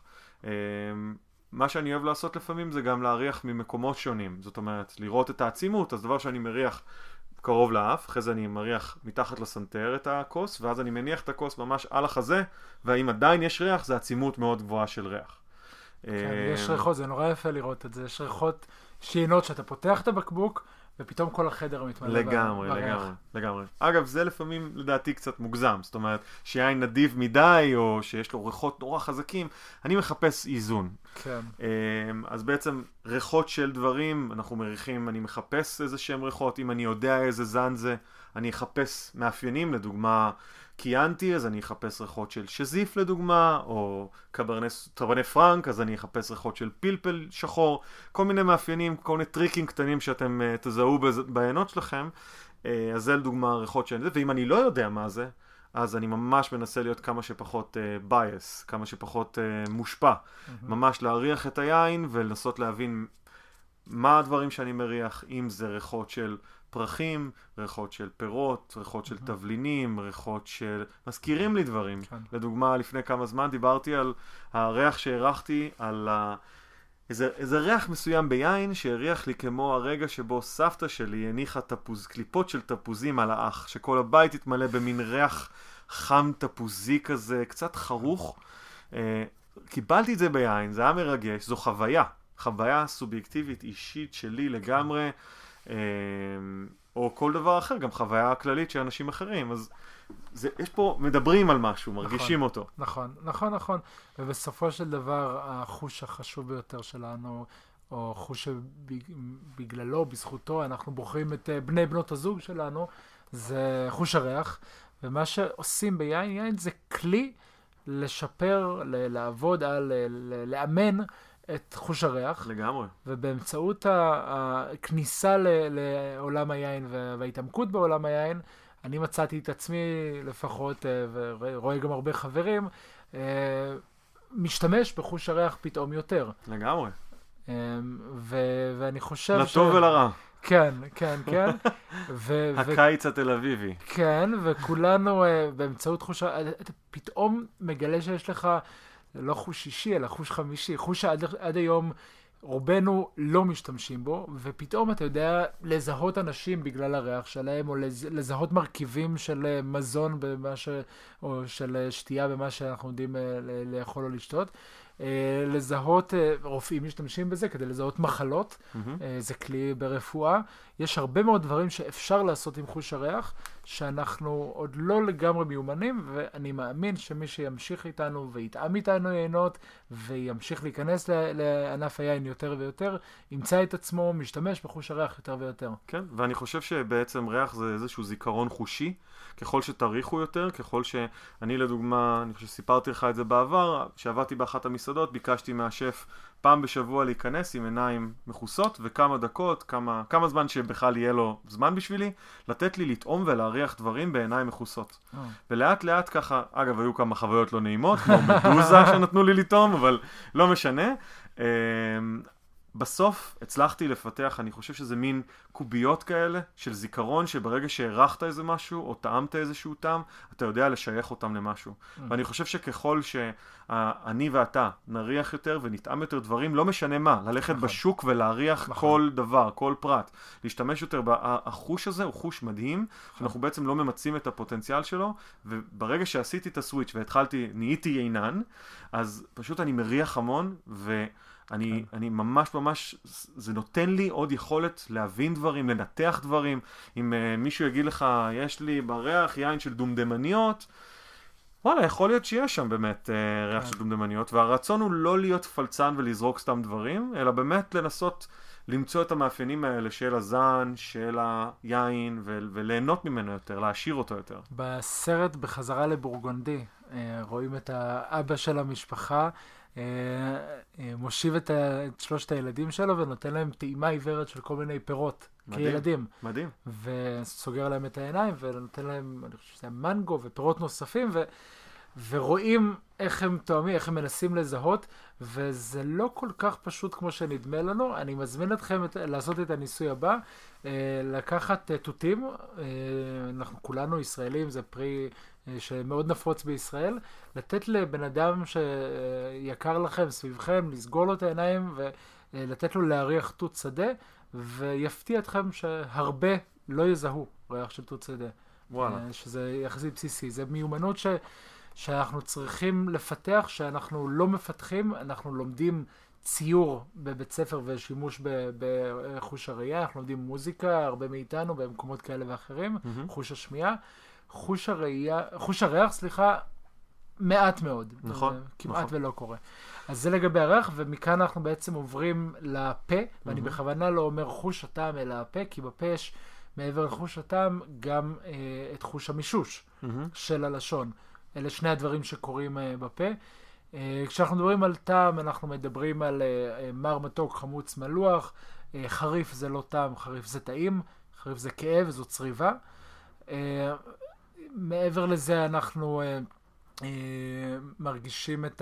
מה שאני אוהב לעשות לפעמים זה גם להריח ממקומות שונים. זאת אומרת, לראות את העצימות, אז דבר שאני מריח קרוב לאף, אחרי זה אני מריח מתחת לסנטר את הכוס, ואז אני מניח את הכוס ממש על החזה, והאם עדיין יש ריח, זה עצימות מאוד גבוהה של ריח. כן, יש ריחות, זה נורא יפה לראות את זה, יש ריחות שעינות שאתה פותח את הבקבוק, ופתאום כל החדר מתמלא לגמרי. אגב, זה לפעמים לדעתי קצת מוגזם, זאת אומרת, שיין נדיב מדי, או שיש לו ריחות נורא חזקים, אני מחפש איזון. כן. אז בעצם ריחות של דברים, אנחנו מריחים, אני מחפש איזה שהם ריחות, אם אני יודע איזה זן זה, אני אחפש מאפיינים, לדוגמה, קיאנטי, אז אני אחפש ריחות של שזיף לדוגמה, או קברנה פרנק, אז אני אחפש ריחות של פלפל שחור, כל מיני מאפיינים, כל מיני טריקים קטנים שאתם תזהו בעיינות שלכם, אז זה לדוגמה ריחות של זה, ואם אני לא יודע מה זה, אז אני ממש מנסה להיות כמה שפחות בייס, כמה שפחות מושפע, ממש להריח את היין ולנסות להבין מה הדברים שאני מריח, אם זה ריחות של פרחים, ריחות של פירות, ריחות של תבלינים, ריחות של... מזכירים לי דברים. כן. לדוגמה, לפני כמה זמן דיברתי על הריח שהריחתי, על איזה ריח מסוים ביין שהריח לי כמו הרגע שבו סבתא שלי הניחה קליפות של תפוזים על האח, שכל הבית התמלא במין ריח חם תפוזי כזה, קצת חרוך. קיבלתי את זה ביין, זה היה מרגש, זו חוויה סובייקטיבית אישית שלי לגמרי, או כל דבר אחר, גם חוויה כללית של אנשים אחרים, אז יש פה, מדברים על משהו, מרגישים אותו. נכון. ובסופו של דבר, החוש החשוב ביותר שלנו, או חוש שבגללו, בזכותו, אנחנו בוחרים את בני בנות הזוג שלנו, זה חוש הריח, ומה שעושים ביין, יין זה כלי לשפר, לעבוד על, לאמן את חוש הריח. לגמרי. ובאמצעות הכניסה לעולם היין וההתעמקות בעולם היין, אני מצאתי את עצמי לפחות, ורואה גם הרבה חברים, משתמש בחוש הריח פתאום יותר. לגמרי. ואני חושב לטוב ולרע. כן, כן, כן. הקיץ התל אביבי. כן, וכולנו באמצעות חוש הריח, אתה פתאום מגלה שיש לך לא חוש שישי, אלא חוש חמישי. חוש שעד היום רובנו לא משתמשים בו, ופתאום אתה יודע לזהות אנשים בגלל הריח שלהם, או לזהות מרכיבים של מזון או של שתייה במה שאנחנו יודעים לאכול או לשתות. לזהות, רופאים משתמשים בזה כדי לזהות מחלות, זה כלי ברפואה. יש הרבה מאוד דברים שאפשר לעשות עם חוש הריח, שאנחנו עוד לא לגמרי מיומנים, ואני מאמין שמי שימשיך איתנו ויתאם איתנו יינות, וימשיך להיכנס לענף היין יותר ויותר, ימצא את עצמו משתמש בחוש הריח יותר ויותר. כן, ואני חושב שבעצם ריח זה איזשהו זיכרון חושי, ככל שתאריכו יותר, ככל שאני לדוגמה, אני חושב שסיפרתי לך את זה בעבר, שעבדתי באחת המסעדות, ביקשתי מהשף פעם בשבוע להיכנס עם עיניים מכוסות, וכמה דקות, כמה זמן שבכלל יהיה לו זמן בשבילי, לתת לי לטעום ולהריח דברים בעיניים מכוסות. ולאט לאט ככה, אגב, היו כמה חוויות לא נעימות, כמו מדוזה שנתנו לי לטעום, אבל לא משנה. בסוף הצלחתי לפתח, אני חושב שזה מין קוביות כאלה של זיכרון, שברגע שהערכת איזה משהו או טעמת איזשהו טעם, אתה יודע לשייך אותם למשהו. ואני חושב שככל שאני ואתה נריח יותר ונטעם יותר דברים, לא משנה מה, ללכת בשוק ולהריח כל דבר, כל פרט, להשתמש יותר, החוש הזה הוא חוש מדהים, שאנחנו בעצם לא ממצים את הפוטנציאל שלו, וברגע שעשיתי את הסוויץ' והתחלתי, נהייתי יינן, אז פשוט אני מריח המון, אני ממש, זה נותן לי עוד יכולת להבין דברים, לנתח דברים. אם מישהו יגיד לך, יש לי בריח יין של דומדמניות, וואלה, יכול להיות שיש שם באמת ריח של דומדמניות, והרצון הוא לא להיות פלצן ולזרוק סתם דברים, אלא באמת לנסות למצוא את המאפיינים האלה של הזן, של היין, וליהנות ממנו יותר, להעשיר אותו יותר. בסרט בחזרה לבורגונדי, רואים את האבא של המשפחה, מושיב את שלושת הילדים שלו ונותן להם טעימה עיוורת של כל מיני פירות, כילדים. מדהים. וסוגר להם את העיניים ונותן להם, אני חושב שזה מנגו ופירות נוספים, ורואים איך הם תואמים, איך הם מנסים לזהות, וזה לא כל כך פשוט כמו שנדמה לנו. אני מזמין אתכם לעשות את הניסוי הבא, לקחת תותים, אנחנו כולנו ישראלים, זה פרי שמאוד נפוץ בישראל, לתת לבן אדם שיקר לכם, סביבכם, לסגור לו את העיניים ולתת לו להריח תות שדה, ויפתיע אתכם שהרבה לא יזהו ריח של תות שדה. וואלה. שזה יחסית בסיסי. זה מיומנות שאנחנו צריכים לפתח, שאנחנו לא מפתחים, אנחנו לומדים ציור בבית ספר ושימוש בחוש הראייה, אנחנו לומדים מוזיקה, הרבה מאיתנו, במקומות כאלה ואחרים, חוש השמיעה. חוש הריח, מעט מאוד. נכון. כמעט ולא קורה. אז זה לגבי הריח, ומכאן אנחנו בעצם עוברים לפה, ואני בכוונה לא אומר חוש הטעם אלא הפה, כי בפה יש מעבר לחוש הטעם גם את חוש המישוש של הלשון. אלה שני הדברים שקורים בפה. כשאנחנו מדברים על טעם, אנחנו מדברים על מר מתוק, חמוץ מלוח, חריף זה לא טעם, חריף זה טעים, חריף זה כאב, זו צריבה. מעבר לזה אנחנו מרגישים את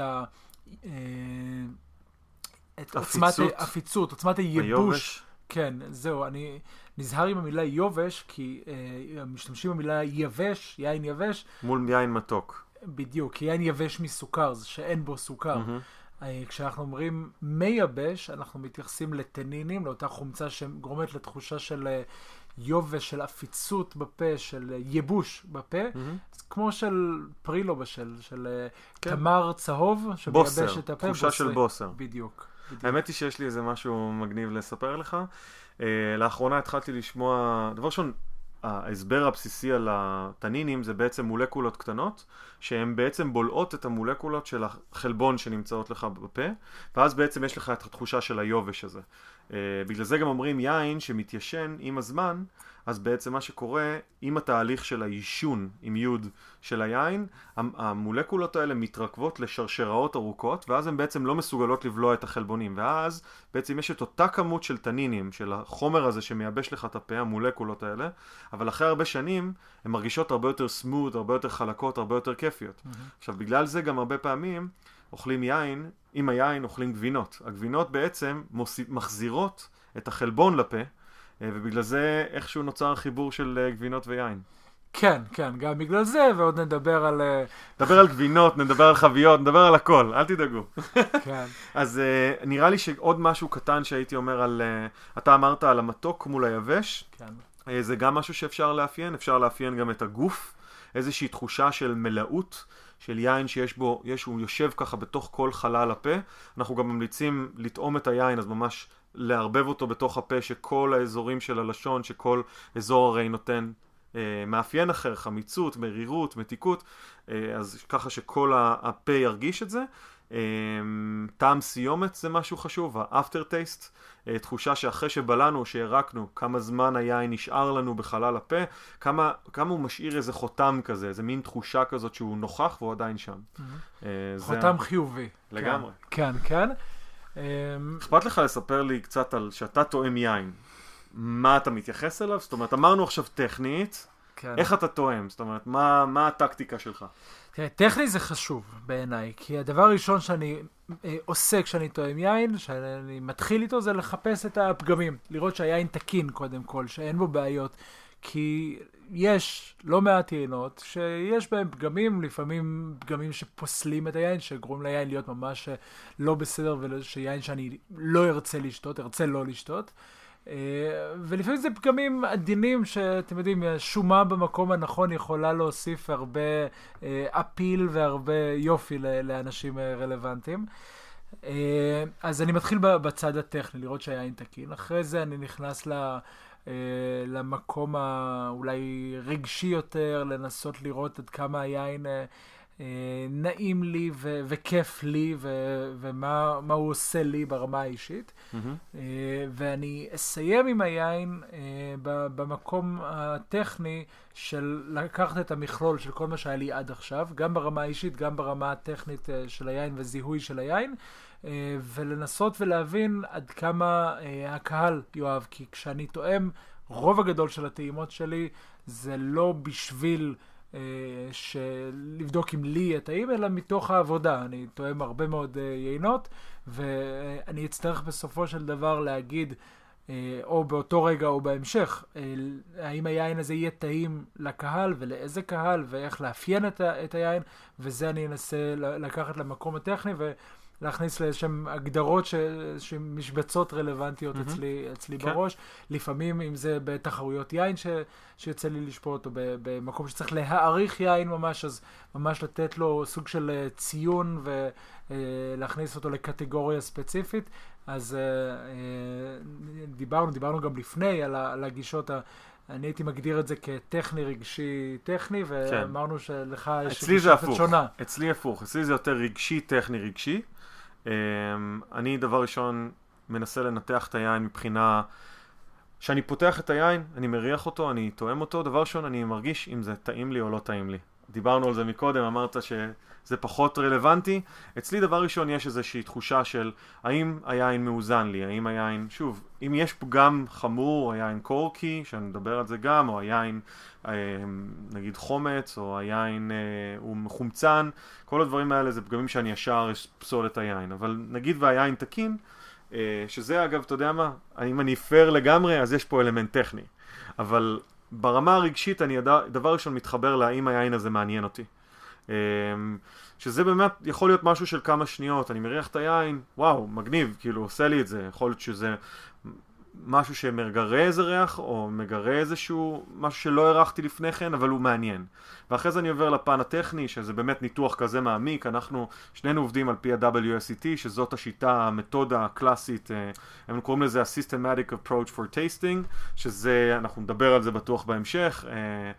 עפיצות, עוצמת הייבוש. כן, זהו, אני נזהר עם המילה יובש, כי משתמשים במילה יבש, יין יבש. מול יין מתוק. בדיוק, כי יין יבש מסוכר, זה שאין בו סוכר. כשאנחנו אומרים מייבש, אנחנו מתייחסים לטנינים, לאותה חומצה שגורמת לתחושה של יובש, של עפיצות בפה, של ייבוש בפה, כמו של פרי לא בשל, של תמר צהוב, שמייבש את הפה. תחושה של בוסר. בדיוק. האמת היא שיש לי איזה משהו מגניב לספר לך. לאחרונה התחלתי לשמוע, דבר ראשון, ההסבר הבסיסי על הטנינים זה בעצם מולקולות קטנות, שהן בעצם בולעות את המולקולות של החלבון שנמצאות לך בפה, ואז בעצם יש לך את התחושה של היובש הזה. בגלל זה גם אומרים יין שמתיישן עם הזמן, אז בעצם מה שקורה עם התהליך של העישון, עם יוד של היין, המולקולות האלה מתרכבות לשרשראות ארוכות, ואז הן בעצם לא מסוגלות לבלוע את החלבונים, ואז בעצם יש את אותה כמות של טנינים, של החומר הזה שמייבש לך את הפה, המולקולות האלה, אבל אחרי הרבה שנים הן מרגישות הרבה יותר סמוד, הרבה יותר חלקות, הרבה יותר כיפיות. עכשיו, בגלל זה גם הרבה פעמים אוכלים יין, עם היין אוכלים גבינות. הגבינות בעצם מחזירות את החלבון לפה, ובגלל זה איכשהו נוצר החיבור של גבינות ויין. כן, כן, גם בגלל זה, ועוד נדבר על... נדבר על גבינות, נדבר על חביות, נדבר על הכל, אל תדאגו. כן. אז נראה לי שעוד משהו קטן שהייתי אומר על... אתה אמרת על המתוק מול היבש. כן. זה גם משהו שאפשר לאפיין, אפשר לאפיין גם את הגוף, איזושהי תחושה של מלאות, של יין שיש בו, הוא יושב ככה בתוך כל חלל הפה. אנחנו גם ממליצים לטעום את היין, אז ממש לערבב אותו בתוך הפה, שכל האזורים של הלשון, שכל אזור הרי נותן מאפיין אחר, חמיצות, מרירות, מתיקות, אז ככה שכל הפה ירגיש את זה. טעם סיומת זה משהו חשוב, האפטר טייסט, תחושה שאחרי שבלענו או שהרקנו, כמה זמן היין נשאר לנו בחלל הפה, כמה הוא משאיר איזה חותם כזה, איזה מין תחושה כזאת שהוא נוכח והוא עדיין שם. חותם חיובי. לגמרי. כן, כן. אכפת לך לספר לי קצת על שאתה טועם יין, מה אתה מתייחס אליו? זאת אומרת, אמרנו עכשיו טכנית, איך אתה טועם? זאת אומרת, מה הטקטיקה שלך? תראה, טכני זה חשוב בעיניי, כי הדבר הראשון שאני עושה כשאני טועם יין, שאני מתחיל איתו, זה לחפש את הפגמים, לראות שהיין תקין קודם כל, שאין בו בעיות, כי יש לא מעט יינות שיש בהם פגמים, לפעמים פגמים שפוסלים את היין, שגורם ליין להיות ממש לא בסדר, ושיין שאני לא ארצה לא לשתות. ולפעמים זה פגמים עדינים שאתם יודעים, שומה במקום הנכון יכולה להוסיף הרבה אפיל והרבה יופי לאנשים רלוונטיים. אז אני מתחיל בצד הטכני, לראות שהיין תקין. אחרי זה אני נכנס למקום האולי רגשי יותר, לנסות לראות עד כמה היין נעים לי וכיף לי ומה הוא עושה לי ברמה האישית. ואני אסיים עם היין במקום הטכני של לקחת את המכלול של כל מה שהיה לי עד עכשיו, גם ברמה האישית, גם ברמה הטכנית של היין וזיהוי של היין, ולנסות ולהבין עד כמה הקהל יאהב, כי כשאני טועם, רוב הגדול של הטעימות שלי זה לא בשביל לבדוק אם לי יהיה טעים, אלא מתוך העבודה. אני טועם הרבה מאוד יינות, ואני אצטרך בסופו של דבר להגיד, או באותו רגע או בהמשך, האם היין הזה יהיה טעים לקהל ולאיזה קהל, ואיך לאפיין את היין, וזה אני אנסה לקחת למקום הטכני, להכניס לאיזשהם הגדרות שמשבצות רלוונטיות אצלי בראש. לפעמים אם זה בתחרויות יין שיוצא לי לשפוט, או במקום שצריך להעריך יין ממש, אז ממש לתת לו סוג של ציון ולהכניס אותו לקטגוריה ספציפית. אז דיברנו גם לפני על הגישות אני הייתי מגדיר את זה כטכני רגשי טכני, ואמרנו שלך יש גישה שונה. אצלי הפוך, אצלי זה יותר רגשי טכני רגשי. אני דבר ראשון מנסה לנתח את היין מבחינה שאני פותח את היין, אני מריח אותו, אני טועם אותו, דבר ראשון אני מרגיש אם זה טעים לי או לא טעים לי. דיברנו על זה מקודם, אמרת שזה פחות רלוונטי. אצלי דבר ראשון יש איזושהי תחושה של האם היין מאוזן לי, האם היין, שוב, אם יש פגם חמור, היין קורקי, שאני מדבר על זה גם, או היין נגיד חומץ, או היין הוא מחומצן, כל הדברים האלה זה פגמים שאני ישר פסול את היין. אבל נגיד והיין תקין, שזה אגב, אתה יודע מה, אם אני פייר לגמרי, אז יש פה אלמנט טכני. אבל ברמה הרגשית אני דבר ראשון מתחבר להאם היין הזה מעניין אותי. שזה באמת יכול להיות משהו של כמה שניות, אני מריח את היין, וואו, מגניב, כאילו עושה לי את זה, יכול להיות שזה משהו שמגרה איזה ריח, או מגרה איזשהו משהו שלא הרחתי לפני כן, אבל הוא מעניין. ואחרי זה אני עובר לפן הטכני, שזה באמת ניתוח כזה מעמיק, אנחנו שנינו עובדים על פי ה-WSET, שזאת השיטה, המתודה הקלאסית, הם קוראים לזה ה-Systematic Approach for Tasting, שזה, אנחנו נדבר על זה בטוח בהמשך,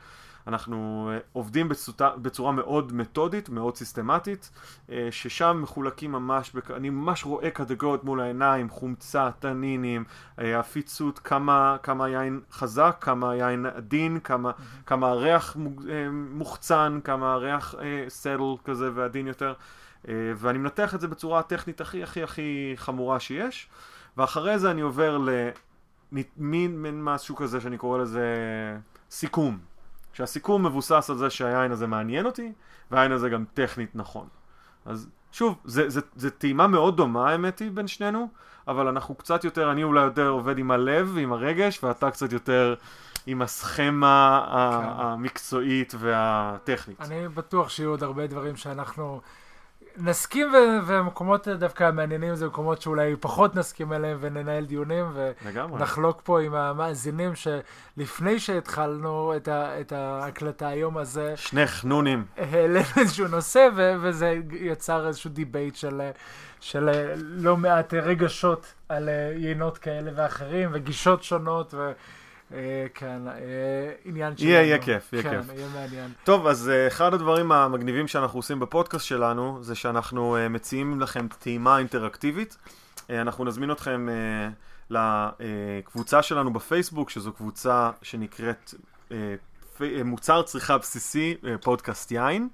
אנחנו עובדים בצורה מאוד מתודית, מאוד סיסטמטית, ששם מחולקים ממש, אני ממש רואה קטגוריות מול העיניים, חומצה, טנינים, הפיצות, כמה היין חזק, כמה היין עדין, כמה הריח מוחצן, כמה הריח סדל כזה ועדין יותר, ואני מנתח את זה בצורה הטכנית הכי חמורה שיש, ואחרי זה אני עובר למין משהו כזה שאני קורא לזה סיכום. שהסיכום מבוסס על זה שהיין הזה מעניין אותי, והיין הזה גם טכנית נכון. אז שוב, זה טעימה מאוד דומה, האמת היא, בין שנינו, אבל אנחנו קצת יותר, אני אולי יותר עובד עם הלב, עם הרגש, ואתה קצת יותר עם הסכמה המקצועית והטכנית. אני בטוח שיהיו עוד הרבה דברים שאנחנו נסכים, ומקומות דווקא המעניינים זה מקומות שאולי פחות נסכים עליהם וננהל דיונים ונחלוק פה עם המאזינים שלפני שהתחלנו את ההקלטה היום הזה שני חנונים העלינו איזשהו נושא וזה יצר איזשהו דיבייט של לא מעט רגשות על יינות כאלה ואחרים וגישות שונות כן, עניין שלנו. יהיה כיף, יהיה כיף. יהיה מעניין. טוב, אז אחד הדברים המגניבים שאנחנו עושים בפודקאסט שלנו, זה שאנחנו מציעים לכם טעימה אינטראקטיבית. אנחנו נזמין אתכם לקבוצה שלנו בפייסבוק, שזו קבוצה שנקראת מוצר צריכה בסיסי, פודקאסט יין.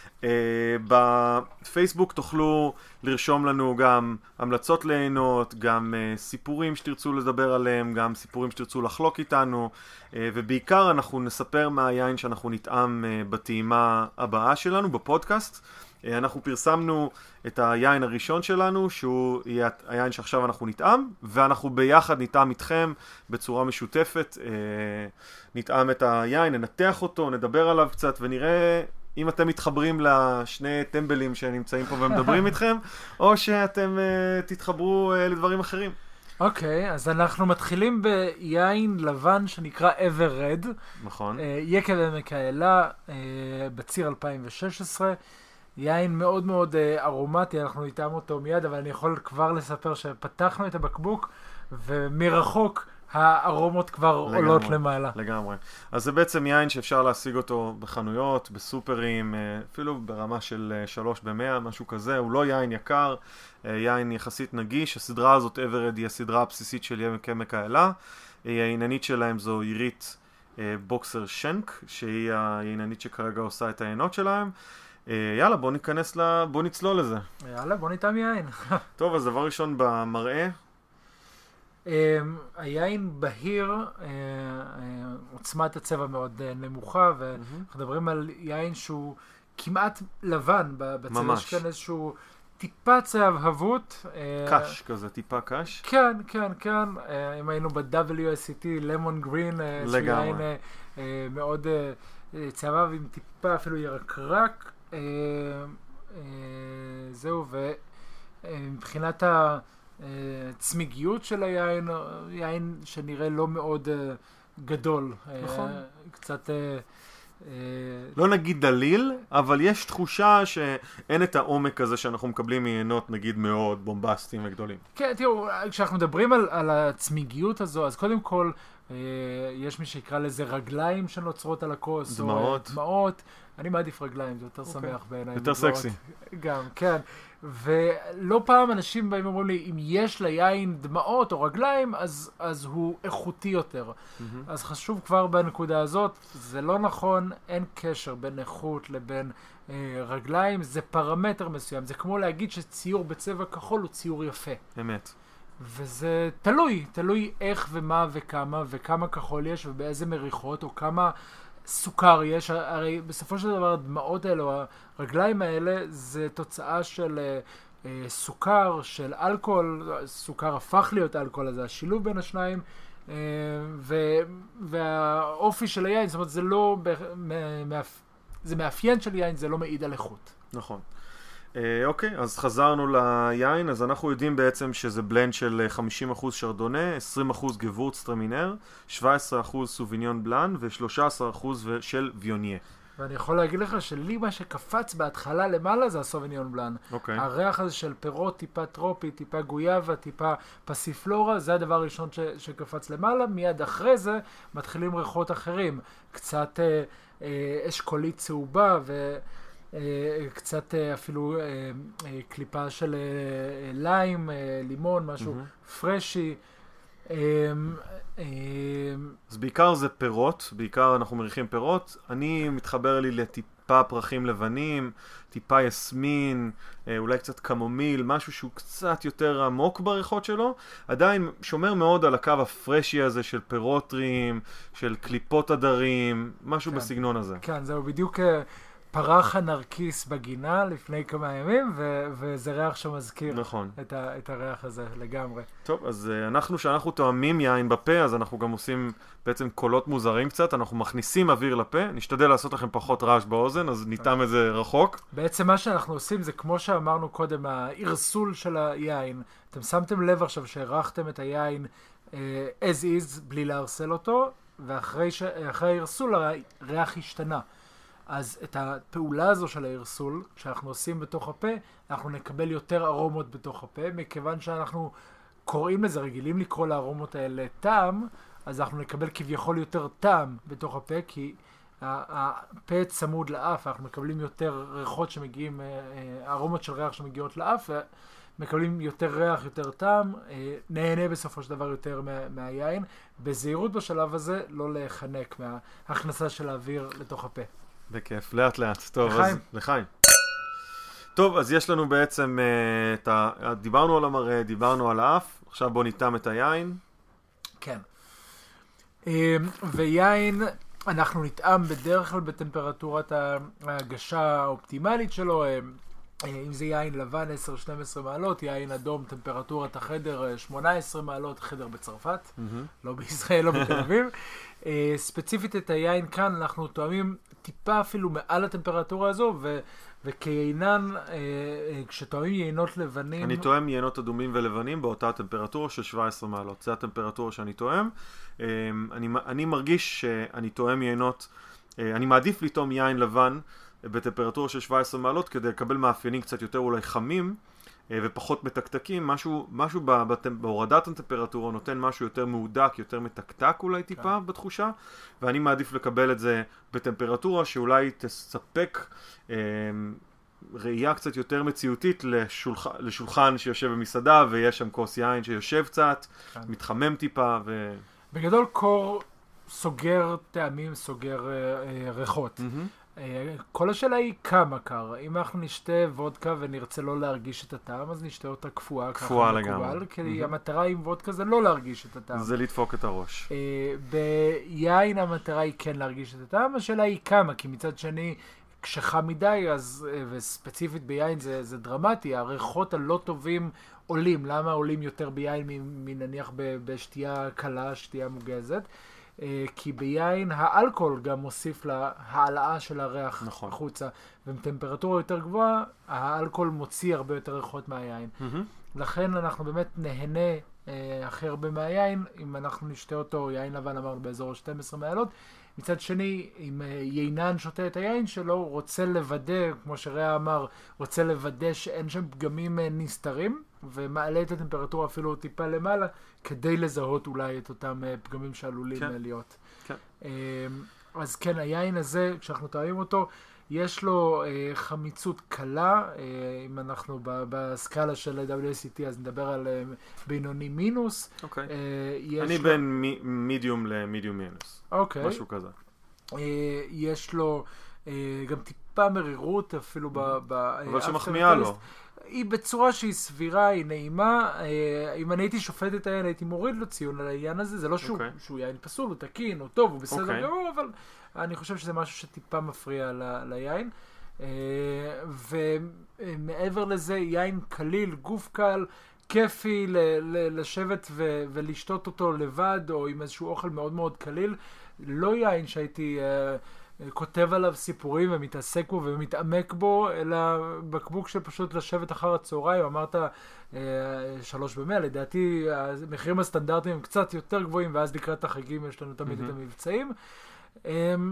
בפייסבוק תוכלו לרשום לנו גם המלצות לעינות, גם סיפורים שתרצו לדבר עליהם, גם סיפורים שתרצו לחלוק איתנו, ובעיקר אנחנו נספר מה היין שאנחנו נטעם בטעימה הבאה שלנו בפודקאסט. אנחנו פרסמנו את היין הראשון שלנו, שהוא יהיה היין שעכשיו אנחנו נטעם, ואנחנו ביחד נטעם איתכם בצורה משותפת, נטעם את היין, ננתח אותו, נדבר עליו קצת ונראה אם אתם מתחברים לשני טמבלים שנמצאים פה ומדברים איתכם, או שאתם תתחברו לדברים אחרים. אוקיי, אז אנחנו מתחילים ביין לבן שנקרא Ever Red. נכון. יקב עמק האלה, בציר 2016. יין מאוד מאוד ארומטי, אנחנו נטעם אותו מיד, אבל אני יכול כבר לספר שפתחנו את הבקבוק, ומרחוק הארומות כבר עולות למעלה. לגמרי. אז זה בעצם יין שאפשר להשיג אותו בחנויות, בסופרים, אפילו ברמה של 3 ב-100, משהו כזה. הוא לא יין יקר, יין יחסית נגיש. הסדרה הזאת, Ever Red, היא הסדרה הבסיסית של יקב עמק האלה. העיננית שלהם זו עירית בוקסר שנק, שהיא העיננית שכרגע עושה את העינות שלהם. יאללה, בוא נצלול לזה. יאללה, בוא נטעם יין. טוב, אז דבר ראשון במראה. היין בהיר, עוצמת הצבע מאוד נמוכה, ואנחנו מדברים על יין שהוא כמעט לבן, בצבע יש כאן איזשהו טיפה צהבהבות. קש כזה, טיפה קש. כן, כן, כן. אם היינו ב-WSET, למון גרין, יין מאוד צהבה ועם טיפה אפילו ירקרק. זהו, ומבחינת הצמיגיות של היין, יין שנראה לא מאוד גדול. נכון. קצת לא נגיד דליל, אבל יש תחושה שאין את העומק הזה שאנחנו מקבלים מיינות, נגיד מאוד בומבסטיים וגדולים. כן, תראו, כשאנחנו מדברים על הצמיגיות הזו, אז קודם כל יש מי שיקרא לזה רגליים שנוצרות על הכוס. דמעות. דמעות. אני מעדיף רגליים, זה יותר שמח בעיניי. יותר סקסי. גם, כן. ולא פעם אנשים באים ואומרים לי, אם יש ליין דמעות או רגליים, אז הוא איכותי יותר. אז חשוב כבר בנקודה הזאת, זה לא נכון, אין קשר בין איכות לבין רגליים, זה פרמטר מסוים. זה כמו להגיד שציור בצבע כחול הוא ציור יפה. אמת. וזה תלוי איך ומה וכמה כחול יש ובאיזה מריחות או כמה סוכר יש. הרי בסופו של דבר הדמעות האלה או הרגליים האלה זה תוצאה של סוכר, של אלכוהול. סוכר הפך להיות אלכוהול, אז זה השילוב בין השניים, והאופי של היין, זאת אומרת זה לא זה מאפיין של יין, זה לא מעיד על איכות. נכון. אוקיי, אז חזרנו ליין, אז אנחנו יודעים בעצם שזה בלנד של 50% שרדונה, 20% גבורצטרמינר, 17% סוביניון בלאן ו13% של ויוניה. ואני יכול להגיד לך שלי מה שקפץ בהתחלה למעלה זה הסוביניון בלאן. אוקיי. הריח הזה של פירות, טיפה טרופי, טיפה גויאבה, טיפה פסיפלורה, זה הדבר הראשון שקפץ למעלה. מיד אחרי זה מתחילים ריחות אחרים. קצת אשכולית צהובה וקצת אפילו קליפה של ליים, לימון, משהו פרשי. אז בעיקר זה פירות, בעיקר אנחנו מריחים פירות. אני מתחבר לי לטיפה פרחים לבנים, טיפה יסמין, אולי קצת קמומיל, משהו שהוא קצת יותר עמוק בריחות שלו. עדיין שומר מאוד על הקו הפרשי הזה של פירות טריים, של קליפות עדרים, משהו כן. בסגנון הזה. כן, זהו בדיוק פרח הנרקיס בגינה לפני כמה ימים, וזה ריח שמזכיר נכון. את הריח הזה לגמרי. טוב, אז שאנחנו תואמים יין בפה, אז אנחנו גם עושים בעצם קולות מוזרים קצת, אנחנו מכניסים אוויר לפה, נשתדל לעשות לכם פחות רעש באוזן, אז ניתם את זה רחוק. בעצם מה שאנחנו עושים זה כמו שאמרנו קודם, הערסול של היין. אתם שמתם לב עכשיו שהרחתם את היין as is, בלי להרסל אותו, ואחרי הערסול הריח השתנה. אז את הפעולה הזו של הערסול, שאנחנו עושים בתוך הפה, אנחנו נקבל יותר ארומות בתוך הפה, מכיוון שאנחנו קוראים לזה, רגילים לקרוא לארומות האלה טעם, אז אנחנו נקבל כביכול יותר טעם בתוך הפה, כי הפה צמוד לאף, אנחנו מקבלים יותר ריחות שמגיעים, ארומות של ריח שמגיעות לאף, מקבלים יותר ריח, יותר טעם, נהנה בסופו של דבר יותר מהיין. בזהירות בשלב הזה, לא להיחנק מההכנסה של האוויר לתוך הפה. בכיף, לאט לאט. טוב, לחיים. אז לחיים. טוב, אז יש לנו בעצם דיברנו על המראה, דיברנו על האף, עכשיו בוא ניתם את היין. כן. ויין, אנחנו נטעם בדרך כלל בטמפרטורת ההגשה האופטימלית שלו, אם זה יין לבן 10-12 מעלות, יין אדום טמפרטורת החדר 18 מעלות, חדר בצרפת, לא בישראל, לא בתל אביב. ספציפית את היין כאן אנחנו תואמים טיפה אפילו מעל הטמפרטורה הזו, וכיינן, כשתואמים יינות לבנים... אני תואם יינות אדומים ולבנים באותה טמפרטורה של 17 מעלות. זה הטמפרטורה שאני תואם. אני מרגיש שאני תואם יינות, אני מעדיף לטעום יין לבן בטמפרטורה של 17 מעלות, כדי לקבל מאפיינים קצת יותר אולי חמים, ופחות מתקתקים, משהו בהורדת הטמפרטורה נותן משהו יותר מהודק, יותר מתקתק אולי טיפה בתחושה, ואני מעדיף לקבל את זה בטמפרטורה שאולי תספק ראייה קצת יותר מציאותית לשולחן שיושב במסעדה, ויש שם כוס יין שיושב קצת, מתחמם טיפה. בגדול קור סוגר טעמים, סוגר ריחות. כל השאלה היא כמה קר. אם אנחנו נשתה וודקה ונרצה לא להרגיש את הטעם, אז נשתה אותה קפואה. קפואה לגמרי. כי המטרה עם וודקה זה לא להרגיש את הטעם. זה לדפוק את הראש. ביין המטרה היא כן להרגיש את הטעם, השאלה היא כמה, כי מצד שני, כשחם מדי, אז, וספציפית ביין זה דרמטי, הריחות הלא טובים עולים. למה עולים יותר ביין מנניח בשתייה קלה, שתייה מוגזת? כי ביין האלכוהול גם מוסיף להעלאה של הריח נכון. החוצה, ובטמפרטורה יותר גבוהה, האלכוהול מוציא הרבה יותר ריחות מהיין. לכן אנחנו באמת נהנה הכי הרבה מהיין, אם אנחנו נשתה אותו, יין לבן אמרנו באזור 12 מעלות. מצד שני, אם יינן שותה את היין שלו, רוצה לוודא, כמו שריה אמר, רוצה לוודא שאין שם פגמים נסתרים, ומעלה את הטמפרטורה אפילו טיפה למעלה, כדי לזהות אולי את אותם פגמים שעלולים להיות. כן. אז כן, היין הזה, כשאנחנו טועמים אותו, יש לו חמיצות קלה, אם אנחנו בסקאלה של WSET, אז נדבר על בינוני מינוס. אוקיי. אני בין מידיום למידיום מינוס. אוקיי. משהו כזה. יש לו גם טיפה מרירות, אפילו אבל שמחמיאה לו. היא בצורה שהיא סבירה, היא נעימה. אם אני הייתי שופט את היין, הייתי מוריד לו ציון על העניין הזה. זה לא שהוא יין פסול, הוא תקין, הוא טוב, הוא בסדר גמור, אבל אני חושב שזה משהו שטיפה מפריע ליין. ומעבר לזה, יין קליל, גוף קל, כיפי לשבת ולשתות אותו לבד, או עם איזשהו אוכל מאוד מאוד קליל. לא יין שהייתי כותב עליו סיפורים ומתעסק בו ומתעמק בו, אלא בקבוק שפשוט לשבת אחר הצהריים. אמרת 3 ב-100, לדעתי המחירים הסטנדרטיים הם קצת יותר גבוהים, ואז לקראת החגים יש לנו תמיד את המבצעים.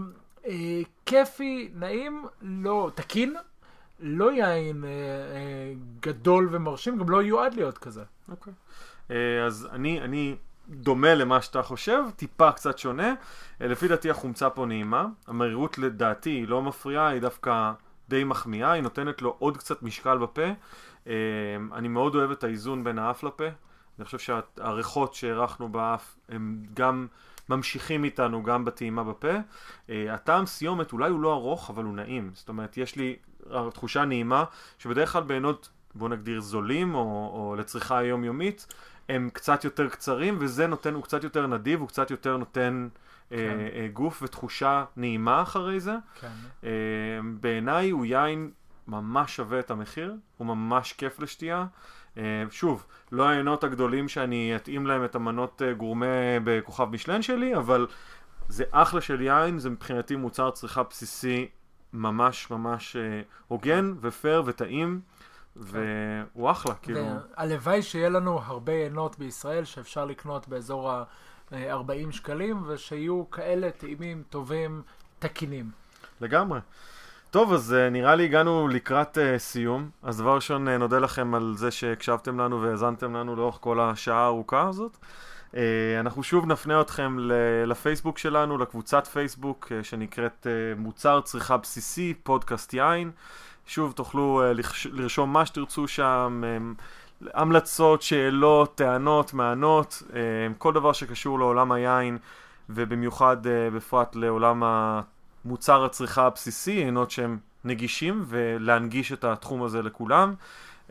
כיפי, נעים, לא תקין, לא יין גדול ומרשים, גם לא יועד להיות כזה. אוקיי. אז אני דומה למה שאתה חושב, טיפה קצת שונה. לפי דעתי החומצה פה נעימה. המרירות לדעתי היא לא מפריעה, היא דווקא די מחמיאה, היא נותנת לו עוד קצת משקל בפה. אני מאוד אוהב את האיזון בין האף לפה. אני חושב שהריחות שהערכנו באף הם גם ממשיכים איתנו גם בטעימה בפה. הטעם סיומת אולי הוא לא ארוך, אבל הוא נעים. זאת אומרת, יש לי תחושה נעימה שבדרך כלל בעינות, בוא נגדיר זולים או לצריכה היומיומית, הם קצת יותר קצרים, וזה נותן, הוא קצת יותר נדיב, הוא קצת יותר נותן גוף ותחושה נעימה אחרי זה. כן. בעיניי הוא יין ממש שווה את המחיר, הוא ממש כיף לשתייה. שוב, לא העיינות הגדולים שאני אתאים להם את המנות גורמה בכוכב משלן שלי, אבל זה אחלה של יין, זה מבחינתי מוצר צריכה בסיסי ממש ממש הוגן ופייר וטעים, והוא אחלה, כאילו. הלוואי שיהיה לנו הרבה עיינות בישראל שאפשר לקנות באזור ה-40 שקלים, ושיהיו כאלה טעימים, טובים, תקינים. לגמרי. טוב, אז נראה לי הגענו לקראת סיום. אז דבר ראשון נודה לכם על זה שהקשבתם לנו והאזנתם לנו לאורך כל השעה הארוכה הזאת. אנחנו שוב נפנה אתכם לפייסבוק שלנו, לקבוצת פייסבוק שנקראת מוצר צריכה בסיסי, פודקאסט יין. שוב תוכלו לרשום מה שתרצו שם, המלצות, שאלות, טענות, מענות, כל דבר שקשור לעולם היין, ובמיוחד בפרט לעולם מוצר הצריכה הבסיסי, עיינות שהם נגישים, ולהנגיש את התחום הזה לכולם.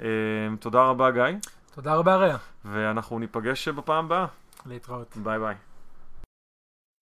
תודה רבה גיא. תודה רבה רע. ואנחנו ניפגש בפעם הבאה. להתראות. ביי ביי.